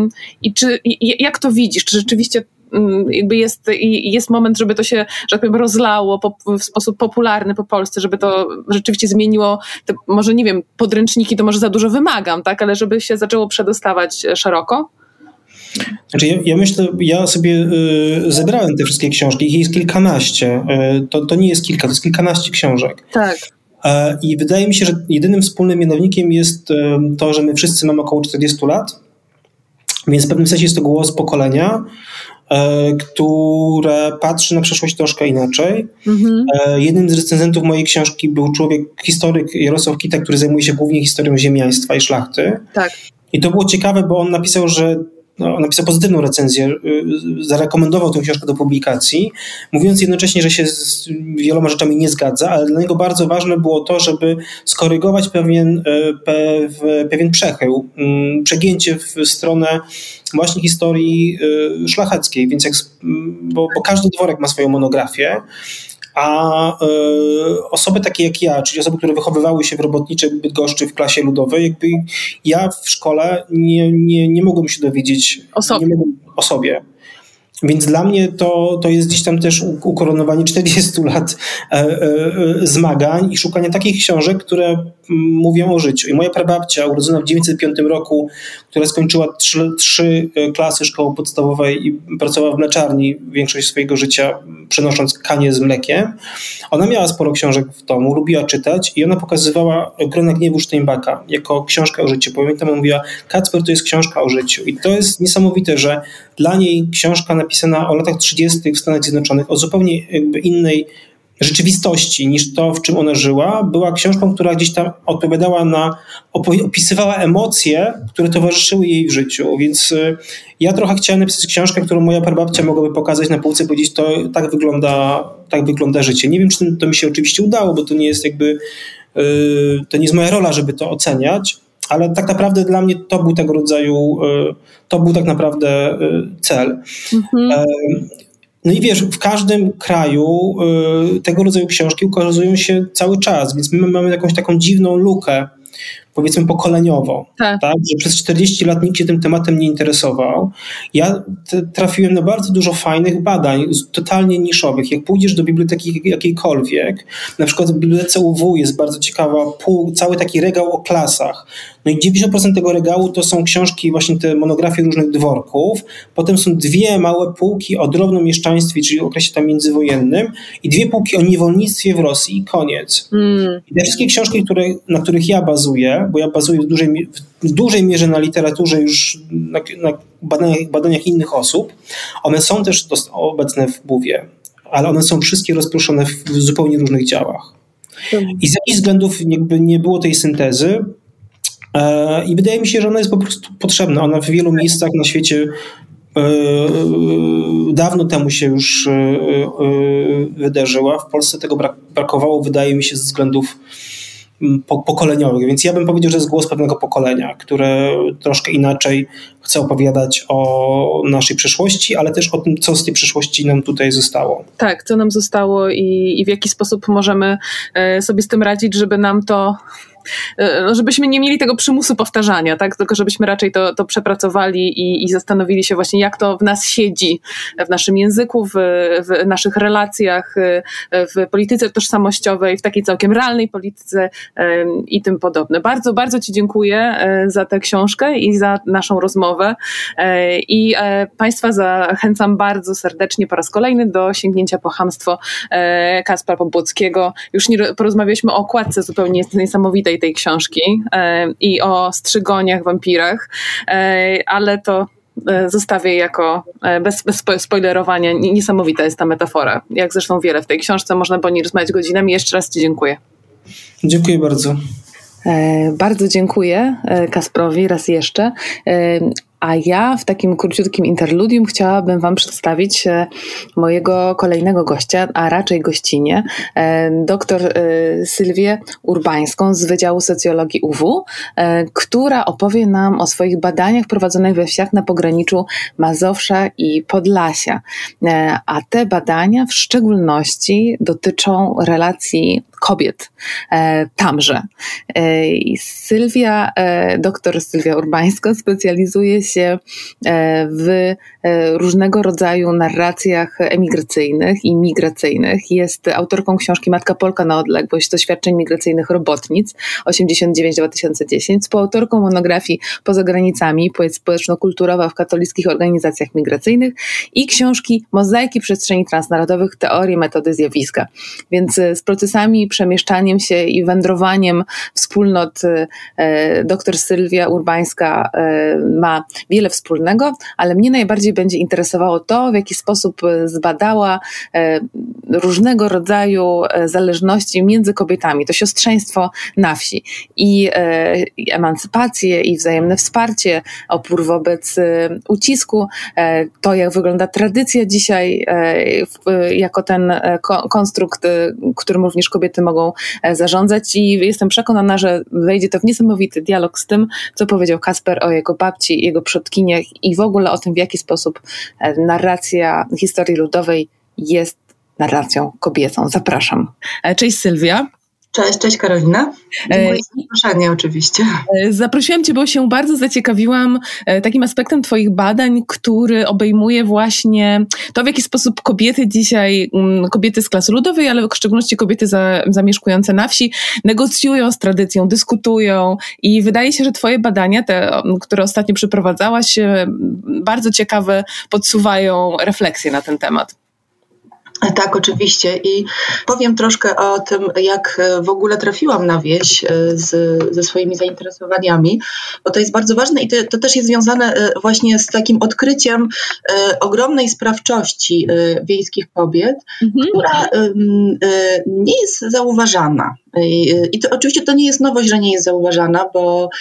jak to widzisz? Czy rzeczywiście jakby jest moment, żeby to się, że tak powiem, rozlało w sposób popularny po Polsce, żeby to rzeczywiście zmieniło, może nie wiem, podręczniki to może za dużo wymagam, tak, ale żeby się zaczęło przedostawać szeroko? Znaczy ja myślę, ja sobie zebrałem te wszystkie książki, ich jest kilkanaście, to nie jest kilka, to jest kilkanaście książek. Tak. I wydaje mi się, że jedynym wspólnym mianownikiem jest to, że my wszyscy mamy około 40 lat, więc w pewnym sensie jest to głos pokolenia, które patrzy na przeszłość troszkę inaczej. Jednym z recenzentów mojej książki był historyk Jarosław Kita, który zajmuje się głównie historią ziemiaństwa i szlachty. Tak. I to było ciekawe, bo on napisał, napisał pozytywną recenzję, zarekomendował tę książkę do publikacji, mówiąc jednocześnie, że się z wieloma rzeczami nie zgadza, ale dla niego bardzo ważne było to, żeby skorygować pewien przechył, przegięcie w stronę właśnie historii szlacheckiej, więc bo każdy dworek ma swoją monografię, a osoby takie jak ja, czyli osoby, które wychowywały się w robotniczej Bydgoszczy w klasie ludowej, jakby ja w szkole nie mogłem się dowiedzieć o sobie. Więc dla mnie to jest gdzieś tam też ukoronowanie 40 lat zmagań i szukania takich książek, które mówią o życiu. I moja prababcia, urodzona w 1905 roku, która skończyła 3 klasy szkoły podstawowej i pracowała w mleczarni większość swojego życia, przenosząc kanie z mlekiem, ona miała sporo książek w domu, lubiła czytać i ona pokazywała Grona gniewu Steinbacka jako książkę o życiu. Pamiętam, mówiła, Kacper to jest książka o życiu. I to jest niesamowite, że dla niej książka napisana o latach 30. w Stanach Zjednoczonych, o zupełnie jakby innej rzeczywistości niż to, w czym ona żyła, była książką, która gdzieś tam odpowiadała opisywała emocje, które towarzyszyły jej w życiu. Więc ja trochę chciałem napisać książkę, którą moja prababcia mogłaby pokazać na półce i powiedzieć, tak wygląda życie. Nie wiem, czy to mi się oczywiście udało, bo to nie jest to nie jest moja rola, żeby to oceniać, ale tak naprawdę dla mnie to był tak naprawdę cel. No i wiesz, w każdym kraju tego rodzaju książki ukazują się cały czas, więc my mamy jakąś taką dziwną lukę, powiedzmy pokoleniową, tak? Że przez 40 lat nikt się tym tematem nie interesował. Ja trafiłem na bardzo dużo fajnych badań, totalnie niszowych. Jak pójdziesz do biblioteki jakiejkolwiek, na przykład w bibliotece UW jest bardzo ciekawa, cały taki regał o klasach. No i 90% tego regału to są książki, właśnie te monografie różnych dworków. Potem są 2 małe półki o drobnomieszczaństwie, czyli o okresie tam międzywojennym, i 2 półki o niewolnictwie w Rosji i koniec. I te wszystkie książki, na których ja bazuję, bo ja bazuję w dużej mierze na literaturze już na badaniach innych osób, one są też obecne w BUW-ie, ale one są wszystkie rozproszone w zupełnie różnych działach. I z jakichś względów jakby nie było tej syntezy i wydaje mi się, że ona jest po prostu potrzebna. Ona w wielu miejscach na świecie dawno temu się już wydarzyła. W Polsce tego brakowało, wydaje mi się, ze względów pokoleniowych. Więc ja bym powiedział, że jest głos pewnego pokolenia, które troszkę inaczej chce opowiadać o naszej przeszłości, ale też o tym, co z tej przeszłości nam tutaj zostało. Tak, co nam zostało i w jaki sposób możemy sobie z tym radzić, żeby nam to... żebyśmy nie mieli tego przymusu powtarzania, tak? Tylko żebyśmy raczej to przepracowali i zastanowili się właśnie, jak to w nas siedzi, w naszym języku, w naszych relacjach, w polityce tożsamościowej, w takiej całkiem realnej polityce i tym podobne. Bardzo, bardzo Ci dziękuję za tę książkę i za naszą rozmowę i Państwa zachęcam bardzo serdecznie po raz kolejny do sięgnięcia po Chamstwo Kacpra Pobłockiego. Już nie porozmawialiśmy o okładce zupełnie niesamowitej tej książki i o strzygoniach, wampirach, ale to zostawię jako bez spoilerowania. Niesamowita jest ta metafora, jak zresztą wiele w tej książce. Można by o niej rozmawiać godzinami. Jeszcze raz Ci dziękuję. Dziękuję bardzo. Bardzo dziękuję Kacprowi raz jeszcze. A ja w takim króciutkim interludium chciałabym Wam przedstawić mojego kolejnego gościa, a raczej gościnię, dr Sylwię Urbańską z Wydziału Socjologii UW, która opowie nam o swoich badaniach prowadzonych we wsiach na pograniczu Mazowsza i Podlasia. A te badania w szczególności dotyczą relacji kobiet tamże. Dr Sylwia Urbańska specjalizuje się w różnego rodzaju narracjach emigracyjnych i migracyjnych. Jest autorką książki Matka Polka na odległość, doświadczeń migracyjnych robotnic 89-2010, współautorką monografii Poza granicami, płeć społeczno-kulturowa w katolickich organizacjach migracyjnych i książki Mozaiki przestrzeni transnarodowych, teorie, metody, zjawiska. Więc z procesami, przemieszczaniem się i wędrowaniem wspólnot dr Sylwia Urbańska ma wiele wspólnego, ale mnie najbardziej będzie interesowało to, w jaki sposób zbadała różnego rodzaju zależności między kobietami, to siostrzeństwo na wsi i emancypację i wzajemne wsparcie, opór wobec ucisku, to jak wygląda tradycja dzisiaj jako ten konstrukt, którym również kobiety mogą zarządzać i jestem przekonana, że wejdzie to w niesamowity dialog z tym, co powiedział Kacper o jego babci, jego przodkiniach i w ogóle o tym, w jaki sposób narracja historii ludowej jest narracją kobiecą. Zapraszam. Cześć Sylwia. Cześć Karolina. Dziękuję za zaproszenie oczywiście. Zaprosiłam Cię, bo się bardzo zaciekawiłam takim aspektem Twoich badań, który obejmuje właśnie to, w jaki sposób kobiety dzisiaj, kobiety z klasy ludowej, ale w szczególności kobiety zamieszkujące na wsi, negocjują z tradycją, dyskutują i wydaje się, że Twoje badania, te, które ostatnio przeprowadzałaś, bardzo ciekawe podsuwają refleksje na ten temat. Tak, oczywiście i powiem troszkę o tym, jak w ogóle trafiłam na wieś ze swoimi zainteresowaniami, bo to jest bardzo ważne i to też jest związane właśnie z takim odkryciem ogromnej sprawczości wiejskich kobiet, która nie jest zauważana. I to oczywiście to nie jest nowość, że nie jest zauważana, bo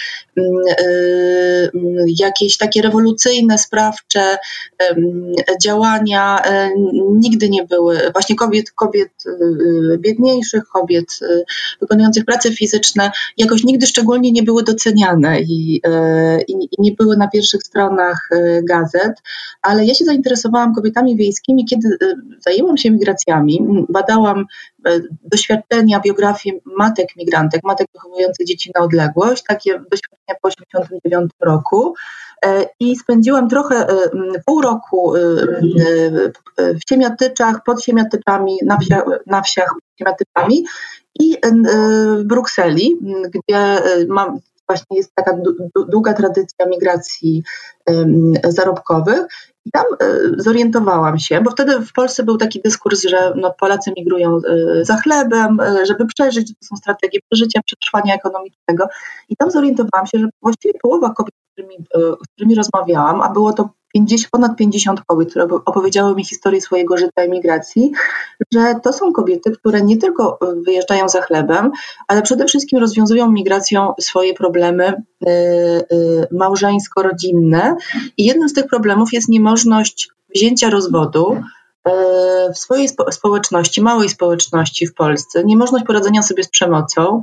jakieś takie rewolucyjne, sprawcze działania nigdy nie były. Właśnie kobiet biedniejszych, kobiet wykonujących prace fizyczne jakoś nigdy szczególnie nie były doceniane i nie były na pierwszych stronach gazet, ale ja się zainteresowałam kobietami wiejskimi, kiedy zajęłam się migracjami, badałam doświadczenia, biografie matek migrantek, matek wychowujących dzieci na odległość, takie doświadczenia po 1989 roku i spędziłam trochę pół roku w Siemiatyczach, pod Siemiatyczami, na wsiach pod Siemiatyczami i w Brukseli, gdzie właśnie jest taka długa tradycja migracji zarobkowych. I tam zorientowałam się, bo wtedy w Polsce był taki dyskurs, że Polacy migrują za chlebem, żeby przeżyć, to są strategie przeżycia, przetrwania ekonomicznego. I tam zorientowałam się, że właściwie połowa kobiet, z którymi rozmawiałam, a było to ponad 50 kobiet, które opowiedziały mi historię swojego życia emigracji, że to są kobiety, które nie tylko wyjeżdżają za chlebem, ale przede wszystkim rozwiązują migracją swoje problemy małżeńsko-rodzinne. I jednym z tych problemów jest niemożność wzięcia rozwodu w swojej społeczności, małej społeczności w Polsce, niemożność poradzenia sobie z przemocą,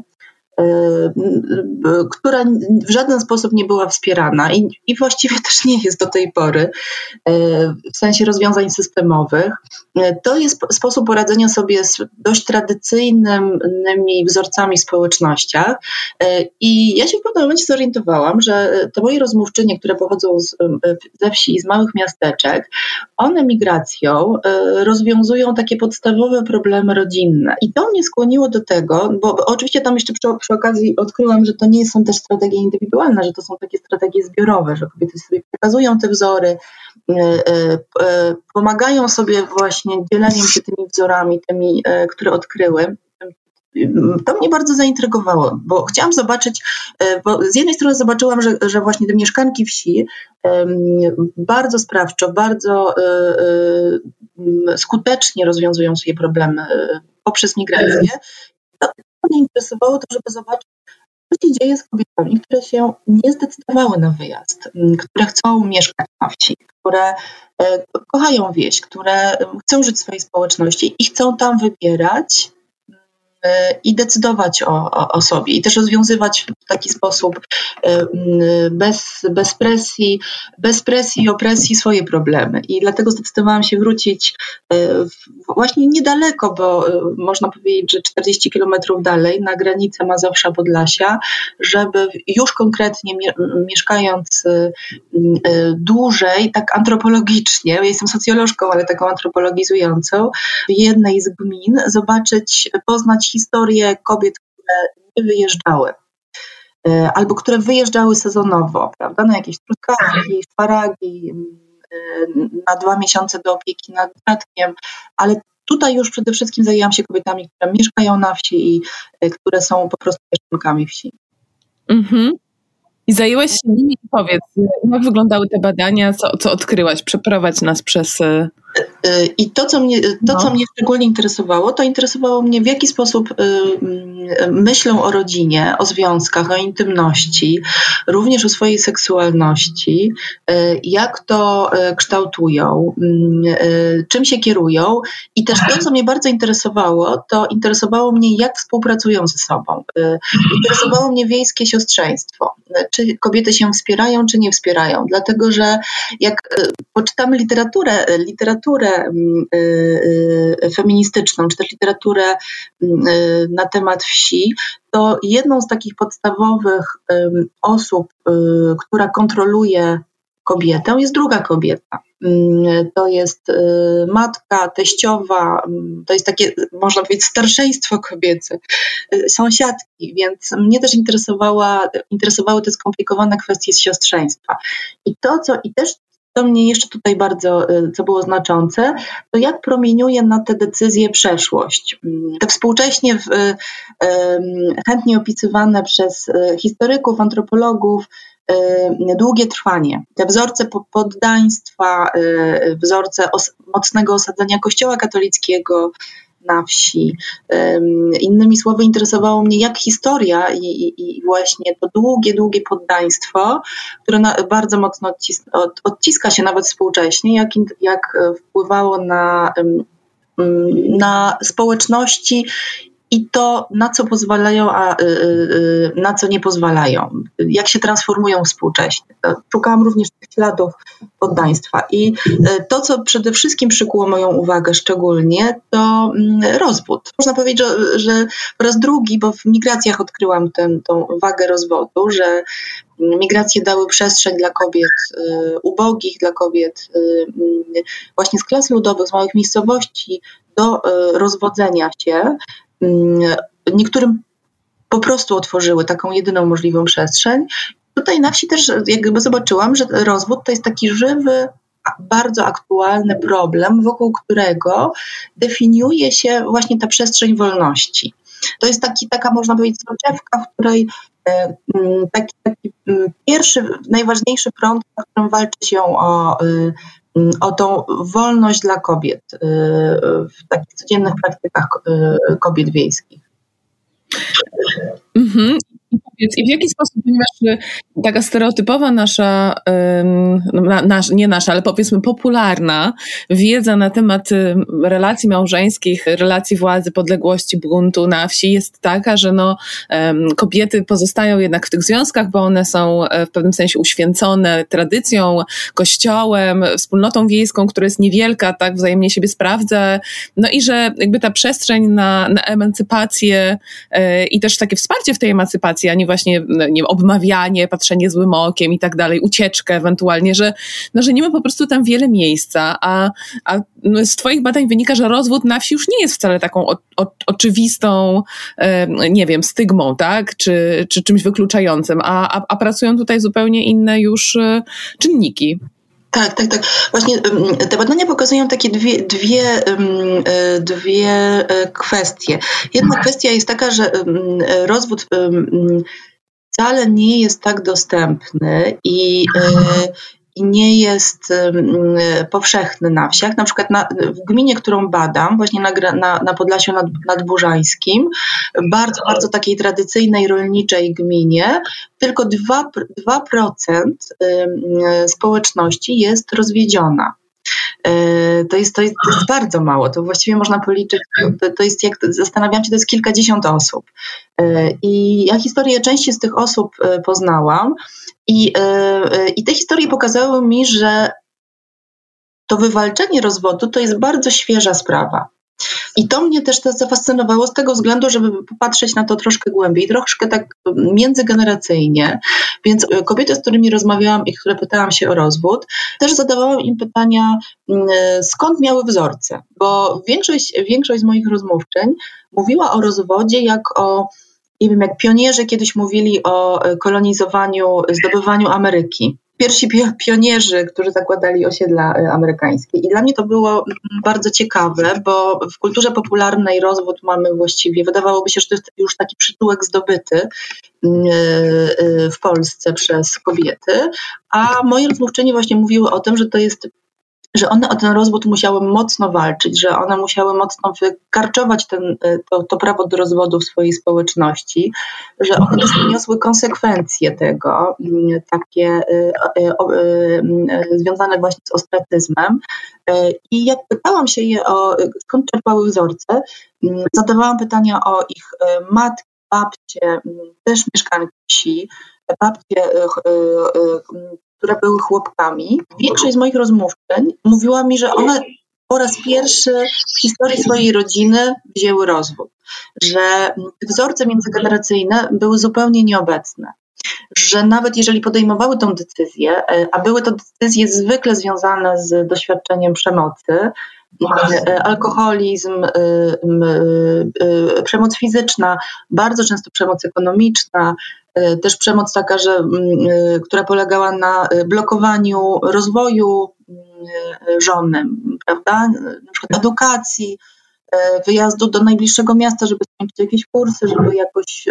która w żaden sposób nie była wspierana i właściwie też nie jest do tej pory w sensie rozwiązań systemowych. To jest sposób poradzenia sobie z dość tradycyjnymi wzorcami w społecznościach i ja się w pewnym momencie zorientowałam, że te moje rozmówczynie, które pochodzą ze wsi i z małych miasteczek, one migracją rozwiązują takie podstawowe problemy rodzinne i to mnie skłoniło do tego, bo oczywiście tam jeszcze przy okazji odkryłam, że to nie są też strategie indywidualne, że to są takie strategie zbiorowe, że kobiety sobie przekazują te wzory, pomagają sobie właśnie dzieleniem się tymi wzorami, tymi, które odkryły. To mnie bardzo zaintrygowało, bo chciałam zobaczyć, bo z jednej strony zobaczyłam, że właśnie te mieszkanki wsi bardzo sprawczo, bardzo skutecznie rozwiązują sobie problemy poprzez migrację. To mnie interesowało to, żeby zobaczyć, co się dzieje z kobietami, które się nie zdecydowały na wyjazd, które chcą mieszkać na wsi, które kochają wieś, które chcą żyć w swojej społeczności i chcą tam wybierać i decydować o sobie i też rozwiązywać w taki sposób bez presji i opresji swoje problemy. I dlatego zdecydowałam się wrócić właśnie niedaleko, bo można powiedzieć, że 40 kilometrów dalej, na granicę Mazowsza-Podlasia, żeby już konkretnie mieszkając dłużej, tak antropologicznie, ja jestem socjolożką, ale taką antropologizującą, w jednej z gmin poznać historię kobiet, które nie wyjeżdżały albo które wyjeżdżały sezonowo, prawda, na jakieś truskawki, szparagi, na 2 miesiące do opieki nad dzieckiem, ale tutaj już przede wszystkim zajęłam się kobietami, które mieszkają na wsi i które są po prostu mieszkankami wsi. Mhm. I zajęłaś się nimi i powiedz, jak wyglądały te badania, co odkryłaś? Przeprowadź nas przez... I co mnie szczególnie interesowało mnie, w jaki sposób myślą o rodzinie, o związkach, o intymności, również o swojej seksualności, jak to kształtują, czym się kierują. I też to, co mnie bardzo interesowało mnie, jak współpracują ze sobą. Interesowało mnie wiejskie siostrzeństwo. Czy kobiety się wspierają, czy nie wspierają. Dlatego, że jak poczytamy literaturę feministyczną, czy też literaturę na temat wsi, to jedną z takich podstawowych osób, która kontroluje kobietę, jest druga kobieta. To jest matka, teściowa, to jest takie, można powiedzieć, starszeństwo kobiece, sąsiadki, więc mnie też interesowały te skomplikowane kwestie z siostrzeństwa. I też to mnie jeszcze tutaj bardzo, co było znaczące, to jak promieniuje na te decyzje przeszłość. Te współcześnie chętnie opisywane przez historyków, antropologów, długie trwanie. Te wzorce poddaństwa, wzorce mocnego osadzenia Kościoła katolickiego na wsi. Innymi słowy, interesowało mnie, jak historia i właśnie to długie poddaństwo, które bardzo mocno odciska się nawet współcześnie, jak wpływało na społeczności i to, na co pozwalają, a na co nie pozwalają. Jak się transformują współcześnie. Szukałam również tych śladów poddaństwa. I to, co przede wszystkim przykuło moją uwagę szczególnie, to rozwód. Można powiedzieć, że po raz drugi, bo w migracjach odkryłam tą wagę rozwodu, że migracje dały przestrzeń dla kobiet ubogich, dla kobiet właśnie z klas ludowych, z małych miejscowości do rozwodzenia się. Niektórym po prostu otworzyły taką jedyną możliwą przestrzeń. Tutaj na wsi też jakby zobaczyłam, że rozwód to jest taki żywy, bardzo aktualny problem, wokół którego definiuje się właśnie ta przestrzeń wolności. To jest taka można powiedzieć, soczewka, w której taki pierwszy, najważniejszy prąd, w którym walczy się o tą wolność dla kobiet w takich codziennych praktykach kobiet wiejskich. Mhm. I w jaki sposób, ponieważ taka stereotypowa nasza, nie nasza, ale powiedzmy popularna wiedza na temat relacji małżeńskich, relacji władzy, podległości, buntu na wsi jest taka, że kobiety pozostają jednak w tych związkach, bo one są w pewnym sensie uświęcone tradycją, kościołem, wspólnotą wiejską, która jest niewielka, tak wzajemnie siebie sprawdza, i że jakby ta przestrzeń na emancypację i też takie wsparcie w tej emancypacji, a nie właśnie obmawianie, patrzenie złym okiem i tak dalej, ucieczkę ewentualnie, że nie ma po prostu tam wiele miejsca, a z twoich badań wynika, że rozwód na wsi już nie jest wcale taką oczywistą, nie wiem, stygmą, tak, czy czymś wykluczającym, a pracują tutaj zupełnie inne już czynniki. Tak. Właśnie te badania pokazują takie dwie kwestie. Jedna kwestia jest taka, że rozwód wcale nie jest tak dostępny i nie jest powszechny na wsiach. Na przykład w gminie, którą badam, właśnie na Podlasiu Nadburzańskim, bardzo, bardzo takiej tradycyjnej, rolniczej gminie, tylko 2% społeczności jest rozwiedziona. To jest bardzo mało, to właściwie można policzyć, to jest, jak zastanawiam się, to jest kilkadziesiąt osób. I ja historię części z tych osób poznałam i te historie pokazały mi, że to wywalczenie rozwodu to jest bardzo świeża sprawa. I to mnie też zafascynowało z tego względu, żeby popatrzeć na to troszkę głębiej, troszkę tak międzygeneracyjnie. Więc kobiety, z którymi rozmawiałam i które pytałam się o rozwód, też zadawałam im pytania, skąd miały wzorce. Bo większość z moich rozmówczyń mówiła o rozwodzie nie wiem, jak pionierzy kiedyś mówili o kolonizowaniu, zdobywaniu Ameryki. Pierwsi pionierzy, którzy zakładali osiedla amerykańskie. I dla mnie to było bardzo ciekawe, bo w kulturze popularnej rozwód mamy właściwie, wydawałoby się, że to jest już taki przytułek zdobyty w Polsce przez kobiety, a moje rozmówczynie właśnie mówiły o tym, że one o ten rozwód musiały mocno walczyć, że one musiały mocno wykarczować to prawo do rozwodu w swojej społeczności, że one też niosły konsekwencje tego, takie związane właśnie z ostracyzmem. I jak pytałam się je skąd czerpały wzorce, zadawałam pytania o ich matki, babcie, też mieszkanki wsi, babcie, które były chłopkami. Większość z moich rozmówczyń mówiła mi, że one po raz pierwszy w historii swojej rodziny wzięły rozwód, że wzorce międzygeneracyjne były zupełnie nieobecne, że nawet jeżeli podejmowały tą decyzję, a były to decyzje zwykle związane z doświadczeniem przemocy, alkoholizm, przemoc fizyczna, bardzo często przemoc ekonomiczna, też przemoc taka, która polegała na blokowaniu rozwoju żony, prawda? Na przykład edukacji, wyjazdu do najbliższego miasta, żeby skończyć jakieś kursy, żeby jakoś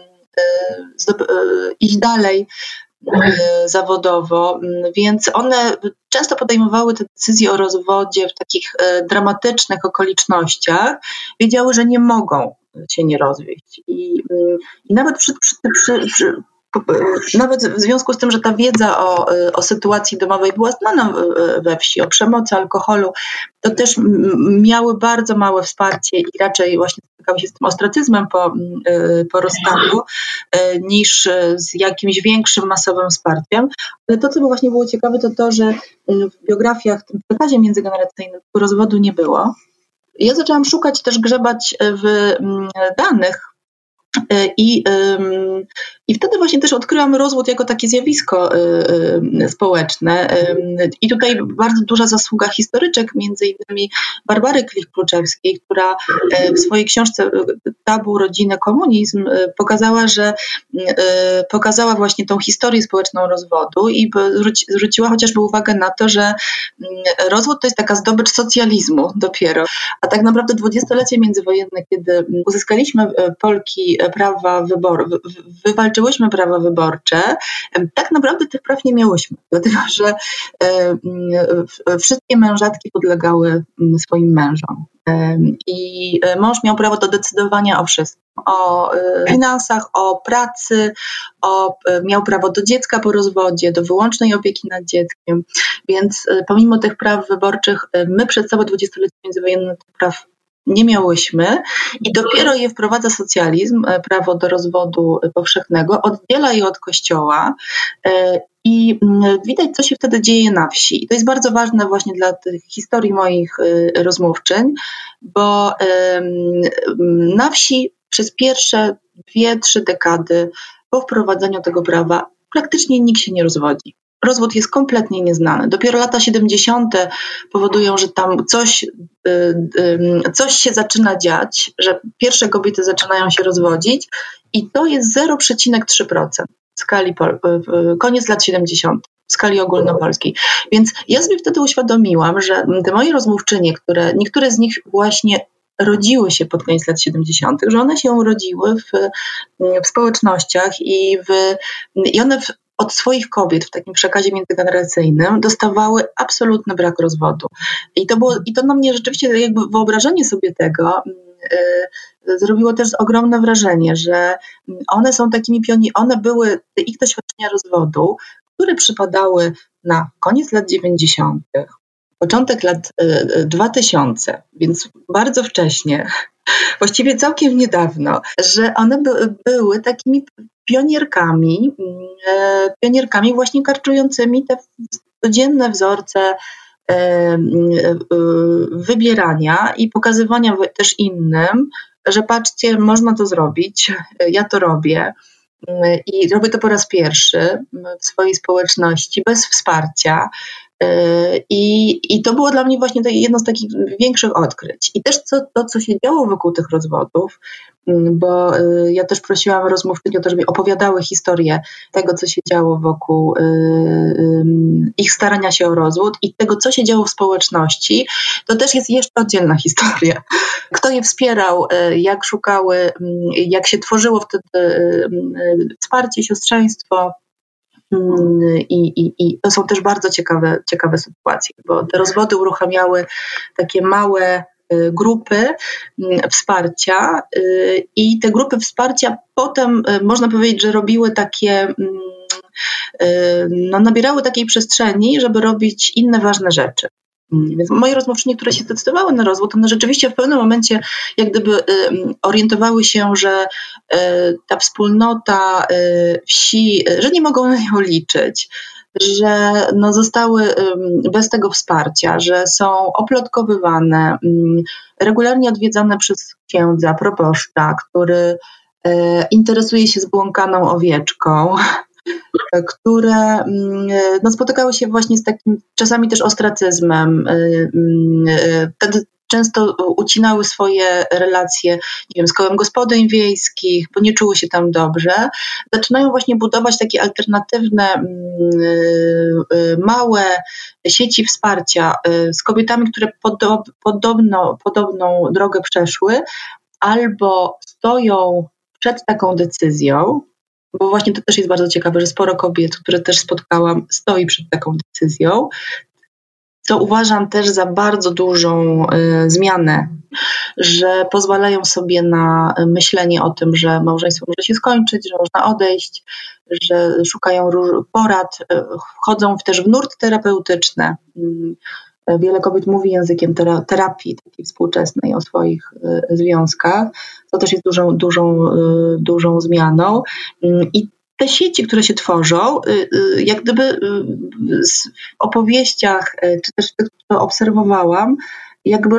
iść dalej zawodowo, więc one często podejmowały te decyzje o rozwodzie w takich dramatycznych okolicznościach, wiedziały, że nie mogą się nie rozwieść i nawet nawet w związku z tym, że ta wiedza o sytuacji domowej była znana we wsi, o przemocy, alkoholu, to też miały bardzo małe wsparcie i raczej właśnie spotykały się z tym ostracyzmem po rozstaniu niż z jakimś większym, masowym wsparciem. Ale to, co właśnie było ciekawe, to, że w biografiach, w tym przekazie międzygeneracyjnym rozwodu nie było. Ja zaczęłam szukać, też grzebać w danych i I wtedy właśnie też odkryłam rozwód jako takie zjawisko społeczne. I tutaj bardzo duża zasługa historyczek, między innymi Barbary Klich-Kluczewskiej, która w swojej książce Tabu, rodziny, komunizm pokazała właśnie tą historię społeczną rozwodu i zwróciła chociażby uwagę na to, że rozwód to jest taka zdobycz socjalizmu dopiero. A tak naprawdę 20-lecie międzywojenne, kiedy uzyskaliśmy Polki prawa wywalczyłyśmy prawa wyborcze, tak naprawdę tych praw nie miałyśmy, dlatego że wszystkie mężatki podlegały swoim mężom. I mąż miał prawo do decydowania o wszystkim, o finansach, o pracy, miał prawo do dziecka po rozwodzie, do wyłącznej opieki nad dzieckiem, więc pomimo tych praw wyborczych my przez całe 20-lecie międzywojenne tych praw nie miałyśmy i dopiero je wprowadza socjalizm, prawo do rozwodu powszechnego, oddziela je od kościoła i widać, co się wtedy dzieje na wsi. I to jest bardzo ważne właśnie dla tych historii moich rozmówczyń, bo na wsi przez pierwsze 2-3 dekady po wprowadzeniu tego prawa praktycznie nikt się nie rozwodzi. Rozwód jest kompletnie nieznany. Dopiero lata 70. powodują, że tam coś się zaczyna dziać, że pierwsze kobiety zaczynają się rozwodzić i to jest 0,3% w skali koniec lat 70. w skali ogólnopolskiej. Więc ja sobie wtedy uświadomiłam, że te moje rozmówczynie, niektóre z nich właśnie rodziły się pod koniec lat 70., że one się urodziły w społecznościach i one od swoich kobiet w takim przekazie międzygeneracyjnym dostawały absolutny brak rozwodu. I to na mnie rzeczywiście jakby wyobrażenie sobie tego zrobiło też ogromne wrażenie, że one są takimi one były, ich doświadczenia rozwodu, które przypadały na koniec lat 90., początek lat 2000, więc bardzo wcześnie, właściwie całkiem niedawno, że one były takimi pionierkami właśnie karczującymi te codzienne wzorce wybierania i pokazywania też innym, że patrzcie, można to zrobić, ja to robię i robię to po raz pierwszy w swojej społeczności, bez wsparcia. I to było dla mnie właśnie jedno z takich większych odkryć. I też co się działo wokół tych rozwodów, bo ja też prosiłam rozmówczyń o to, żeby opowiadały historię tego, co się działo wokół ich starania się o rozwód i tego, co się działo w społeczności. To też jest jeszcze oddzielna historia. Kto je wspierał, jak szukały, jak się tworzyło wtedy wsparcie, siostrzeństwo. I to są też bardzo ciekawe sytuacje, bo te rozwody uruchamiały takie małe grupy wsparcia i te grupy wsparcia potem można powiedzieć, że robiły takie, nabierały takiej przestrzeni, żeby robić inne ważne rzeczy. Więc moje rozmówczynie, które się zdecydowały na rozwód, one rzeczywiście w pewnym momencie jak gdyby orientowały się, że ta wspólnota wsi, że nie mogą na nią liczyć, że zostały bez tego wsparcia, że są oplotkowywane, regularnie odwiedzane przez księdza, proboszcza, który interesuje się zbłąkaną owieczką, które spotykały się właśnie z takim czasami też ostracyzmem. Wtedy często ucinały swoje relacje, nie wiem, z kołem gospodyń wiejskich, bo nie czuły się tam dobrze. Zaczynają właśnie budować takie alternatywne, małe sieci wsparcia z kobietami, które podobną drogę przeszły, albo stoją przed taką decyzją, bo właśnie to też jest bardzo ciekawe, że sporo kobiet, które też spotkałam, stoi przed taką decyzją, co uważam też za bardzo dużą zmianę, że pozwalają sobie na myślenie o tym, że małżeństwo może się skończyć, że można odejść, że szukają porad, wchodzą też w nurt terapeutyczny. Wiele kobiet mówi językiem terapii takiej współczesnej o swoich związkach, co też jest dużą zmianą. I te sieci, które się tworzą, jak gdyby w opowieściach, czy też to obserwowałam, jakby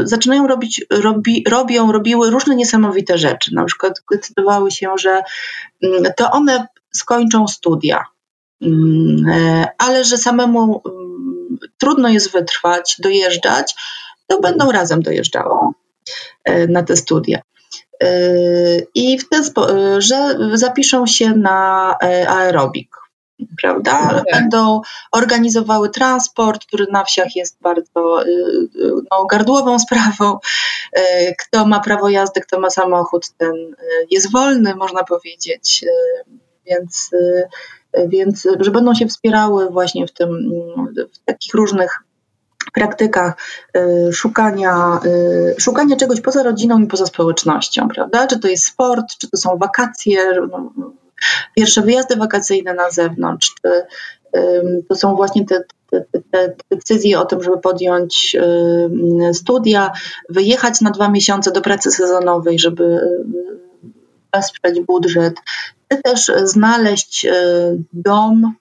robiły różne niesamowite rzeczy. Na przykład decydowały się, że to one skończą studia, ale że samemu trudno jest wytrwać, dojeżdżać, to będą razem dojeżdżały na te studia. I że zapiszą się na aerobik, prawda? Będą organizowały transport, który na wsiach jest bardzo gardłową sprawą. Kto ma prawo jazdy, kto ma samochód, ten jest wolny, można powiedzieć. Więc że będą się wspierały właśnie w takich różnych praktykach szukania czegoś poza rodziną i poza społecznością, prawda? Czy to jest sport, czy to są wakacje, pierwsze wyjazdy wakacyjne na zewnątrz, czy to są właśnie te decyzje o tym, żeby podjąć studia, wyjechać na 2 miesiące do pracy sezonowej, żeby wesprzeć budżet, czy też znaleźć dom,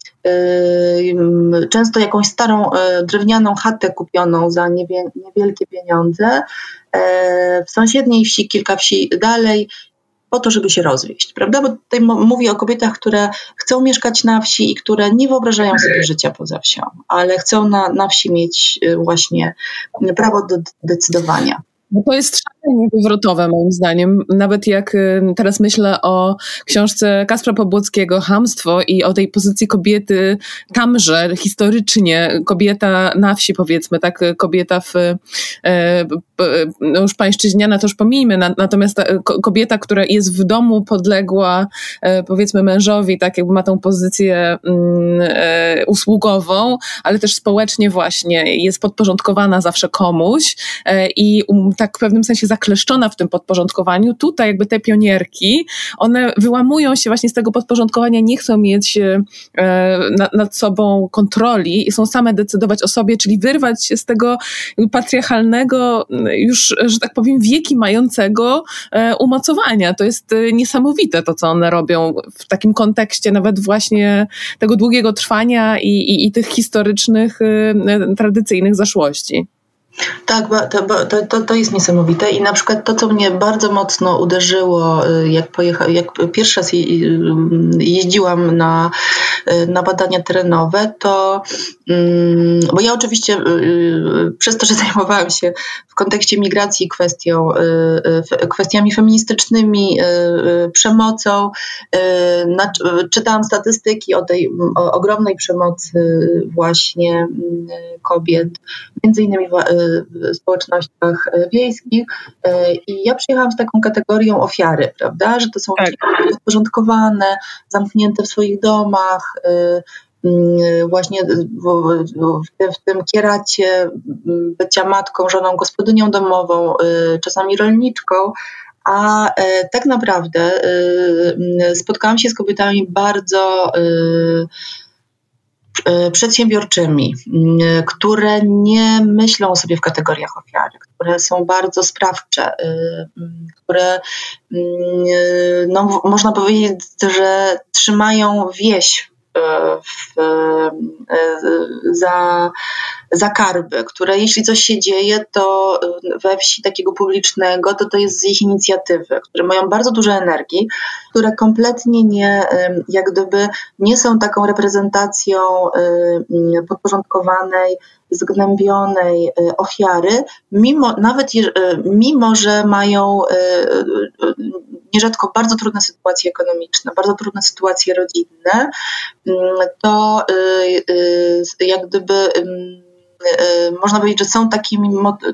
często jakąś starą drewnianą chatę kupioną za niewielkie pieniądze w sąsiedniej wsi, kilka wsi dalej, po to, żeby się rozwieść, prawda? Bo tutaj mówię o kobietach, które chcą mieszkać na wsi i które nie wyobrażają sobie życia poza wsią, ale chcą na wsi mieć właśnie prawo do decydowania. No to jest szalenie wywrotowe moim zdaniem. Nawet jak teraz myślę o książce Kacpra Pobłockiego „Chamstwo” i o tej pozycji kobiety tamże, historycznie, kobieta na wsi powiedzmy, tak, kobieta no już pańszczyźniana to już pomijmy, natomiast kobieta, która jest w domu podległa powiedzmy mężowi, tak jakby ma tą pozycję usługową, ale też społecznie właśnie jest podporządkowana zawsze komuś i tak w pewnym sensie zakleszczona w tym podporządkowaniu. Tutaj jakby te pionierki, one wyłamują się właśnie z tego podporządkowania, nie chcą mieć nad sobą kontroli i są same decydować o sobie, czyli wyrwać się z tego patriarchalnego, już, że tak powiem, wieki mającego umocowania. To jest niesamowite to, co one robią w takim kontekście nawet właśnie tego długiego trwania i tych historycznych, tradycyjnych zaszłości. Tak, to jest niesamowite i na przykład to, co mnie bardzo mocno uderzyło, jak pierwszy raz jeździłam na badania terenowe, to, bo ja oczywiście przez to, że zajmowałam się w kontekście migracji kwestiami feministycznymi, przemocą, czytałam statystyki o tej ogromnej przemocy właśnie kobiet, między innymi w społecznościach wiejskich i ja przyjechałam z taką kategorią ofiary, prawda, że to są kobiety podporządkowane, zamknięte w swoich domach, właśnie w tym kieracie bycia matką, żoną, gospodynią domową, czasami rolniczką, a tak naprawdę spotkałam się z kobietami bardzo przedsiębiorczymi, które nie myślą sobie w kategoriach ofiary, które są bardzo sprawcze, które można powiedzieć, że trzymają wieś za karby, które jeśli coś się dzieje, to we wsi takiego publicznego, to jest z ich inicjatywy, które mają bardzo dużo energii, które kompletnie jak gdyby nie są taką reprezentacją podporządkowanej, zgnębionej ofiary, mimo że mają nierzadko bardzo trudne sytuacje ekonomiczne, bardzo trudne sytuacje rodzinne, to jak gdyby można powiedzieć, że są takimi...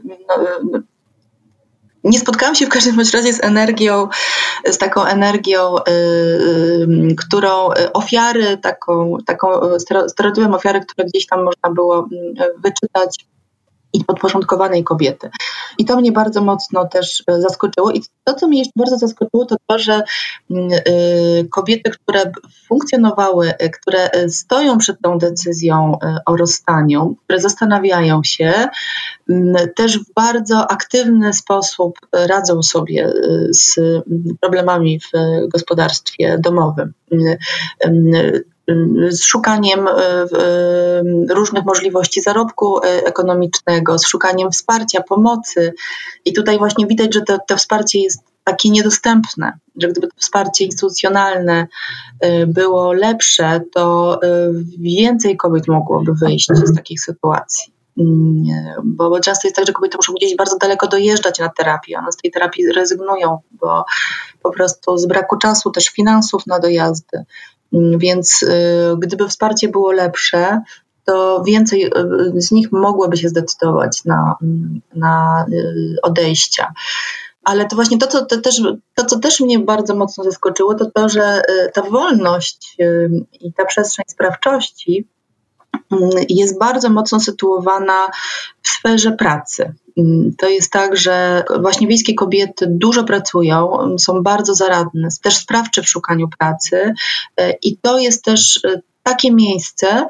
Nie spotkałam się w każdym razie z taką energią, którą ofiary, taką stereotypem ofiary, które gdzieś tam można było wyczytać i podporządkowanej kobiety. I to mnie bardzo mocno też zaskoczyło. I to, co mnie jeszcze bardzo zaskoczyło, to to, że kobiety, które funkcjonowały, które stoją przed tą decyzją o rozstaniu, które zastanawiają się, też w bardzo aktywny sposób radzą sobie z problemami w gospodarstwie domowym. z szukaniem różnych możliwości zarobku ekonomicznego, z szukaniem wsparcia, pomocy. I tutaj właśnie widać, że to wsparcie jest takie niedostępne, że gdyby to wsparcie instytucjonalne było lepsze, to więcej kobiet mogłoby wyjść z takich sytuacji. Bo często jest tak, że kobiety muszą gdzieś bardzo daleko dojeżdżać na terapię. One z tej terapii rezygnują, bo po prostu z braku czasu, też finansów na dojazdy. Więc gdyby wsparcie było lepsze, to więcej z nich mogłoby się zdecydować na odejścia. Ale to właśnie co też mnie bardzo mocno zaskoczyło, to, że ta wolność i ta przestrzeń sprawczości jest bardzo mocno sytuowana w sferze pracy. To jest tak, że właśnie wiejskie kobiety dużo pracują, są bardzo zaradne, też sprawcze w szukaniu pracy i to jest też takie miejsce,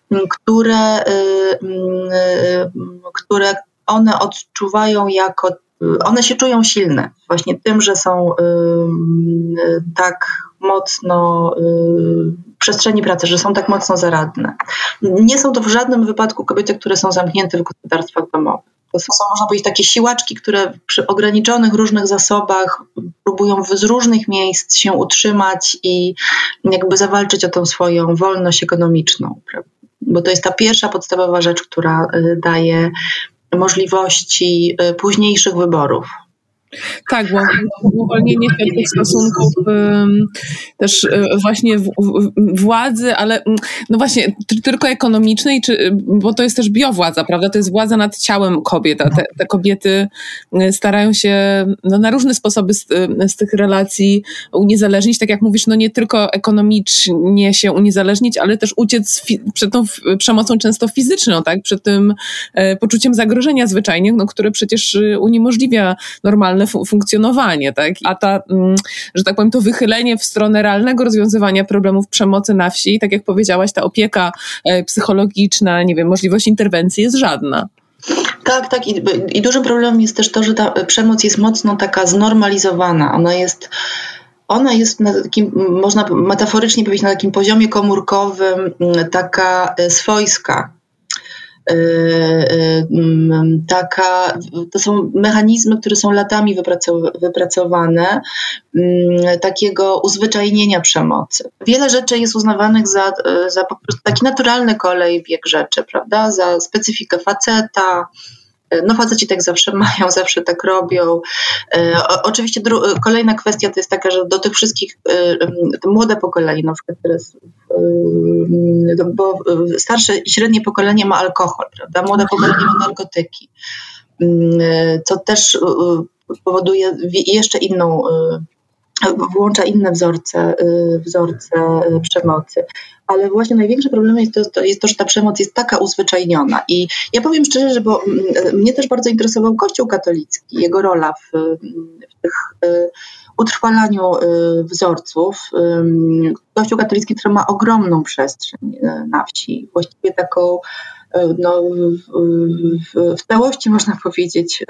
które one odczuwają jako, one się czują silne właśnie tym, że są tak mocno w przestrzeni pracy, że są tak mocno zaradne. Nie są to w żadnym wypadku kobiety, które są zamknięte w gospodarstwach domowych. To są, można powiedzieć, takie siłaczki, które przy ograniczonych różnych zasobach próbują z różnych miejsc się utrzymać i jakby zawalczyć o tą swoją wolność ekonomiczną. Prawda? Bo to jest ta pierwsza podstawowa rzecz, która daje możliwości późniejszych wyborów. Tak, bo uwolnienie się tych stosunków też właśnie władzy, ale no właśnie tylko ekonomicznej, bo to jest też biowładza, prawda? To jest władza nad ciałem kobiet, a te kobiety starają się na różne sposoby z tych relacji uniezależnić, tak jak mówisz, nie tylko ekonomicznie się uniezależnić, ale też uciec przed tą przemocą często fizyczną, tak? Przed tym poczuciem zagrożenia zwyczajnie, które przecież uniemożliwia normalne funkcjonowanie, tak? A że tak powiem, to wychylenie w stronę realnego rozwiązywania problemów przemocy na wsi, tak jak powiedziałaś, ta opieka psychologiczna, nie wiem, możliwość interwencji jest żadna. Tak. I dużym problemem jest też to, że ta przemoc jest mocno taka znormalizowana. Ona jest na takim, można metaforycznie powiedzieć, na takim poziomie komórkowym taka swojska. To są mechanizmy, które są latami wypracowane, takiego uzwyczajnienia przemocy. Wiele rzeczy jest uznawanych za po prostu taki naturalny bieg rzeczy, prawda? Za specyfikę faceta. Faceci tak zawsze mają, zawsze tak robią. Oczywiście kolejna kwestia to jest taka, że do tych wszystkich młode pokolenie, na przykład teraz, bo starsze i średnie pokolenie ma alkohol, prawda? Młode pokolenie ma narkotyki, co też powoduje jeszcze włącza inne wzorce przemocy. Ale właśnie największy problem jest to, że ta przemoc jest taka uzwyczajniona. I ja powiem szczerze, bo mnie też bardzo interesował Kościół katolicki, jego rola w utrwalaniu wzorców. Kościół katolicki, który ma ogromną przestrzeń na wsi, właściwie taką w całości można powiedzieć,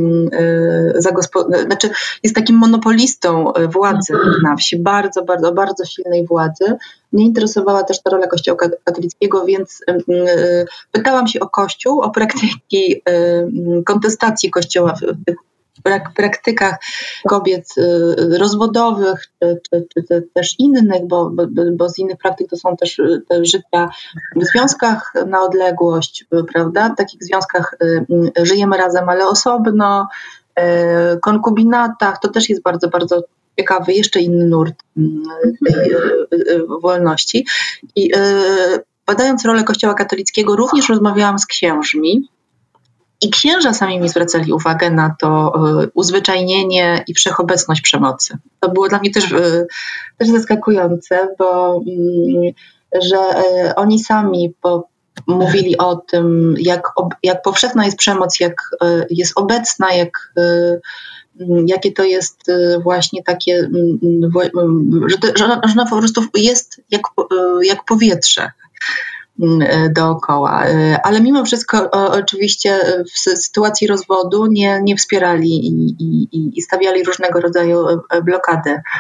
jest takim monopolistą władzy na wsi, bardzo, bardzo, bardzo silnej władzy. Mnie interesowała też ta rola Kościoła katolickiego, więc pytałam się o Kościół, o praktyki kontestacji Kościoła w tych praktykach kobiet rozwodowych, czy też innych, bo z innych praktyk to są też te życia w związkach na odległość, prawda? W takich związkach żyjemy razem, ale osobno, konkubinatach, to też jest bardzo, bardzo ciekawy, jeszcze inny nurt tej wolności. I badając rolę Kościoła katolickiego, również rozmawiałam z księżmi. I księża sami mi zwracali uwagę na to uzwyczajnienie i wszechobecność przemocy. To było dla mnie też zaskakujące, bo że oni sami mówili o tym, jak powszechna jest przemoc, jak jest obecna, jakie to jest właśnie takie, że ona po prostu jest jak powietrze dookoła. Ale mimo wszystko oczywiście w sytuacji rozwodu nie wspierali i stawiali różnego rodzaju blokady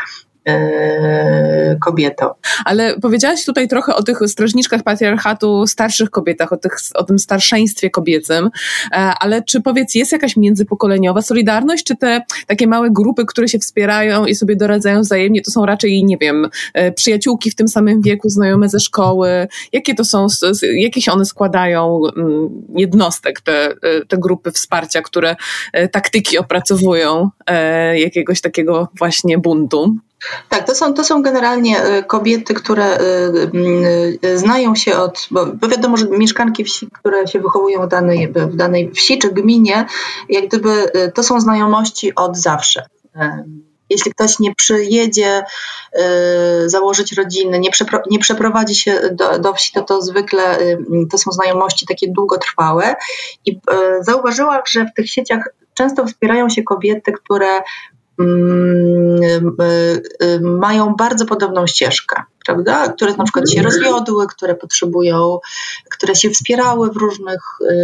kobietom. Ale powiedziałaś tutaj trochę o tych strażniczkach patriarchatu, starszych kobietach, o tym starszeństwie kobiecym, ale czy powiedz, jest jakaś międzypokoleniowa solidarność, czy te takie małe grupy, które się wspierają i sobie doradzają wzajemnie, to są raczej, nie wiem, przyjaciółki w tym samym wieku, znajome ze szkoły? Jakieś one składają jednostek, te grupy wsparcia, które taktyki opracowują jakiegoś takiego właśnie buntu? Tak, to są generalnie kobiety, które znają się bo wiadomo, że mieszkanki wsi, które się wychowują w danej wsi czy gminie, jak gdyby to są znajomości od zawsze. Jeśli ktoś nie przyjedzie założyć rodziny, nie przeprowadzi się do wsi, to zwykle to są znajomości takie długotrwałe. I zauważyłam, że w tych sieciach często wspierają się kobiety, które mają bardzo podobną ścieżkę, prawda? Które na przykład się rozwiodły, które się wspierały w różnych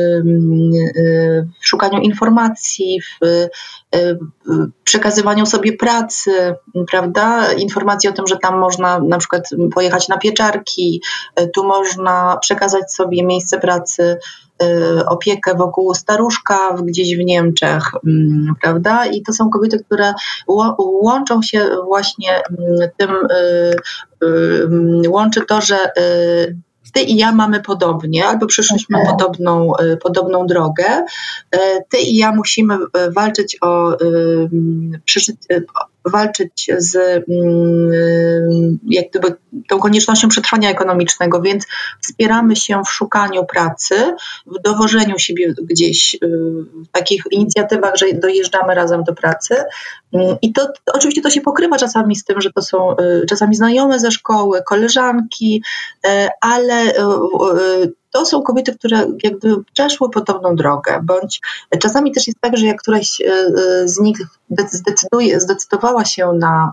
w szukaniu informacji, w przekazywaniu sobie pracy, prawda? Informacji o tym, że tam można na przykład pojechać na pieczarki, tu można przekazać sobie miejsce pracy, opiekę wokół staruszka gdzieś w Niemczech, prawda? I to są kobiety, które łączą się właśnie tym, łączy to, że ty i ja mamy podobnie, albo przeszliśmy podobną drogą. Ty i ja musimy walczyć z jak gdyby tą koniecznością przetrwania ekonomicznego, więc wspieramy się w szukaniu pracy, w dowożeniu siebie gdzieś, w takich inicjatywach, że dojeżdżamy razem do pracy. I to oczywiście to się pokrywa czasami z tym, że to są czasami znajome ze szkoły, koleżanki, ale to są kobiety, które jakby przeszły podobną drogę, bądź czasami też jest tak, że jak któraś z nich zdecydowała się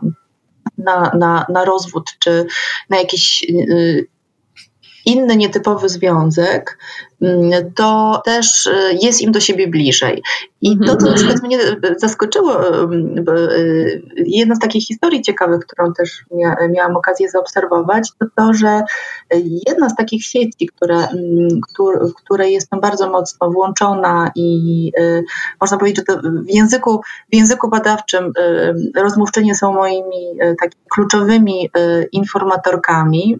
na rozwód, czy na jakiś inny, nietypowy związek, to też jest im do siebie bliżej. I to, co na przykład mnie zaskoczyło, jedna z takich historii ciekawych, którą też miałam okazję zaobserwować, to, że jedna z takich sieci, w której jestem bardzo mocno włączona i można powiedzieć, że to w języku badawczym rozmówczynie są moimi takimi kluczowymi informatorkami.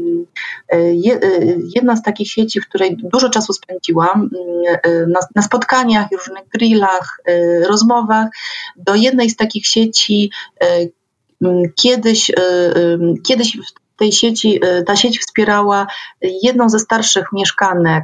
Jedna z takich sieci, w której dużo czasu spędziłam na spotkaniach, różnych grillach, rozmowach, do jednej z takich sieci kiedyś w tej sieci, ta sieć wspierała jedną ze starszych mieszkanek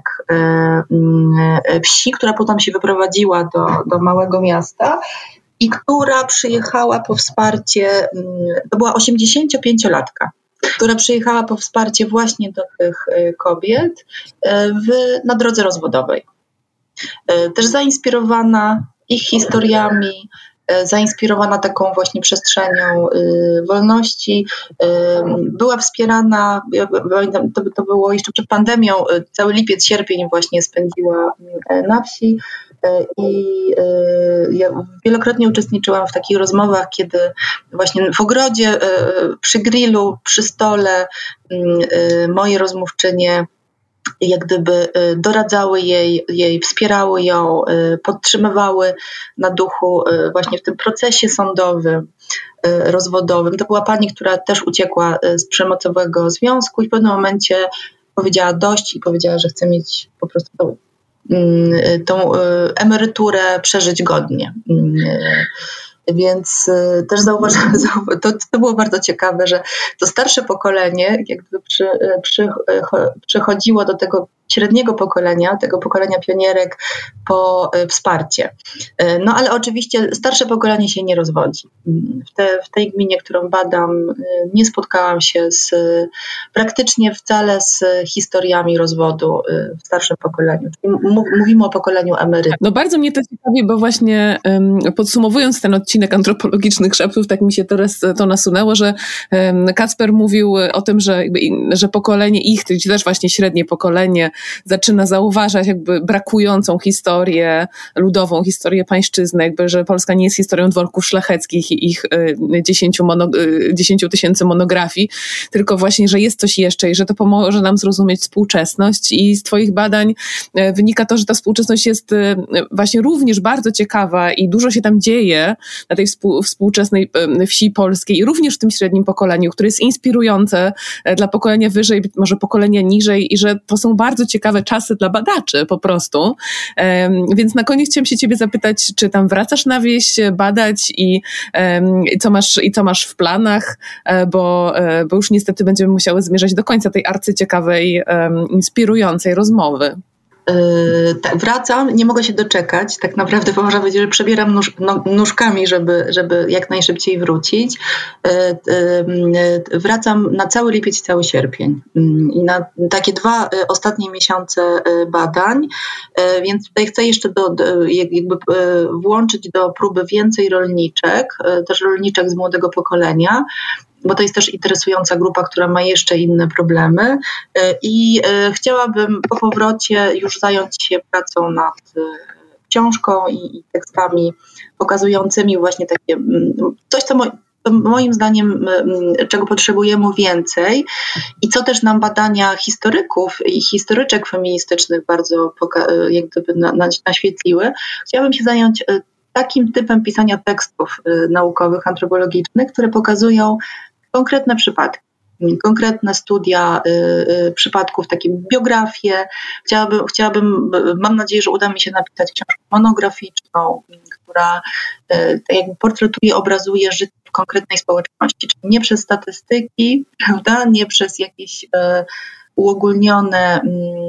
wsi, która potem się wyprowadziła do małego miasta i która przyjechała po wsparcie, to była 85-latka. Która przyjechała po wsparcie właśnie do tych kobiet na drodze rozwodowej. Też zainspirowana ich historiami, zainspirowana taką właśnie przestrzenią wolności. Była wspierana, to było jeszcze przed pandemią, cały lipiec, sierpień właśnie spędziła na wsi. I ja wielokrotnie uczestniczyłam w takich rozmowach, kiedy właśnie w ogrodzie, przy grillu, przy stole moje rozmówczynie jak gdyby doradzały jej, wspierały ją, podtrzymywały na duchu właśnie w tym procesie sądowym, rozwodowym. To była pani, która też uciekła z przemocowego związku i w pewnym momencie powiedziała dość i powiedziała, że chce mieć po prostu tą emeryturę przeżyć godnie. Więc też zauważyłam, to było bardzo ciekawe, że to starsze pokolenie jakby przychodziło do tego średniego pokolenia, tego pokolenia pionierek po wsparcie. No ale oczywiście starsze pokolenie się nie rozwodzi. W tej gminie, którą badam, nie spotkałam się praktycznie wcale z historiami rozwodu w starszym pokoleniu. Mówimy o pokoleniu emerytów. No bardzo mnie to ciekawi, bo właśnie podsumowując ten odcinek antropologicznych szeptów, tak mi się teraz to nasunęło, że Kacper mówił o tym, że pokolenie ich, czyli też właśnie średnie pokolenie, zaczyna zauważać jakby brakującą historię ludową, historię pańszczyzny, jakby, że Polska nie jest historią dworków szlacheckich i ich 10 tysięcy monografii, tylko właśnie, że jest coś jeszcze i że to pomoże nam zrozumieć współczesność. I z twoich badań wynika to, że ta współczesność jest właśnie również bardzo ciekawa i dużo się tam dzieje na tej współczesnej wsi polskiej i również w tym średnim pokoleniu, które jest inspirujące dla pokolenia wyżej, być może pokolenia niżej i że to są bardzo ciekawe czasy dla badaczy po prostu. Więc na koniec chciałam się ciebie zapytać, czy tam wracasz na wieś badać i co masz w planach, bo już niestety będziemy musiały zmierzać do końca tej arcyciekawej, inspirującej rozmowy. Tak, wracam, nie mogę się doczekać. Tak naprawdę można powiedzieć, że przebieram nóżkami, żeby jak najszybciej wrócić. Wracam na cały lipiec i cały sierpień. I na takie 2 ostatnie miesiące badań, więc tutaj chcę jeszcze jakby włączyć do próby więcej rolniczek, też rolniczek z młodego pokolenia, bo to jest też interesująca grupa, która ma jeszcze inne problemy i chciałabym po powrocie już zająć się pracą nad książką i tekstami pokazującymi właśnie takie coś, co moim zdaniem, czego potrzebujemy więcej i co też nam badania historyków i historyczek feministycznych bardzo jak gdyby naświetliły. Chciałabym się zająć takim typem pisania tekstów naukowych, antropologicznych, które pokazują konkretne przypadki, konkretne studia przypadków, takie biografie. Mam nadzieję, że uda mi się napisać książkę monograficzną, która jakby portretuje, obrazuje życie w konkretnej społeczności, czyli nie przez statystyki, prawda, nie przez jakieś uogólnione,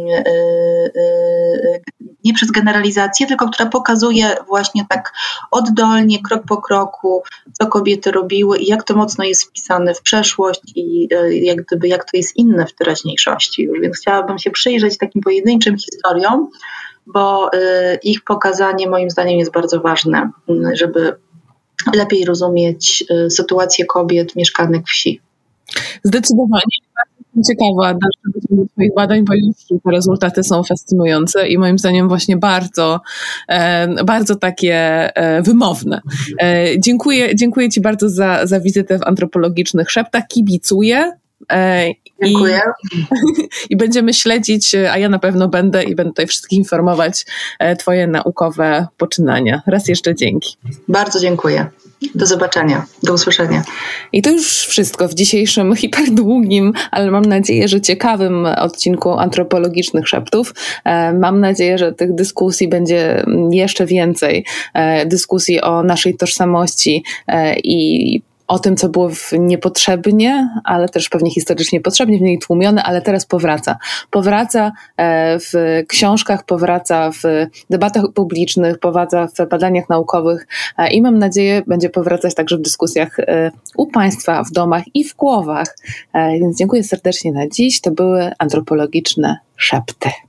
nie przez generalizację, tylko która pokazuje właśnie tak oddolnie, krok po kroku, co kobiety robiły i jak to mocno jest wpisane w przeszłość i jak to jest inne w teraźniejszości. Więc chciałabym się przyjrzeć takim pojedynczym historiom, bo ich pokazanie moim zdaniem jest bardzo ważne, żeby lepiej rozumieć sytuację kobiet, mieszkanek wsi. Zdecydowanie. Ciekawa dalsza twoich badań, bo już te rezultaty są fascynujące i moim zdaniem właśnie bardzo, bardzo takie wymowne. Dziękuję ci bardzo za wizytę w Antropologicznych Szeptach. Kibicuję. Dziękuję. I będziemy śledzić, a ja na pewno będę i będę tutaj wszystkich informować twoje naukowe poczynania. Raz jeszcze dzięki. Bardzo dziękuję. Do zobaczenia, do usłyszenia. I to już wszystko w dzisiejszym hiperdługim, ale mam nadzieję, że ciekawym odcinku Antropologicznych Szeptów. Mam nadzieję, że tych dyskusji będzie jeszcze więcej. Dyskusji o naszej tożsamości i o tym, co było niepotrzebnie, ale też pewnie historycznie potrzebnie, w niej tłumione, ale teraz powraca. Powraca w książkach, powraca w debatach publicznych, powraca w badaniach naukowych i mam nadzieję, będzie powracać także w dyskusjach u Państwa, w domach i w głowach. Więc dziękuję serdecznie na dziś. To były Antropologiczne Szepty.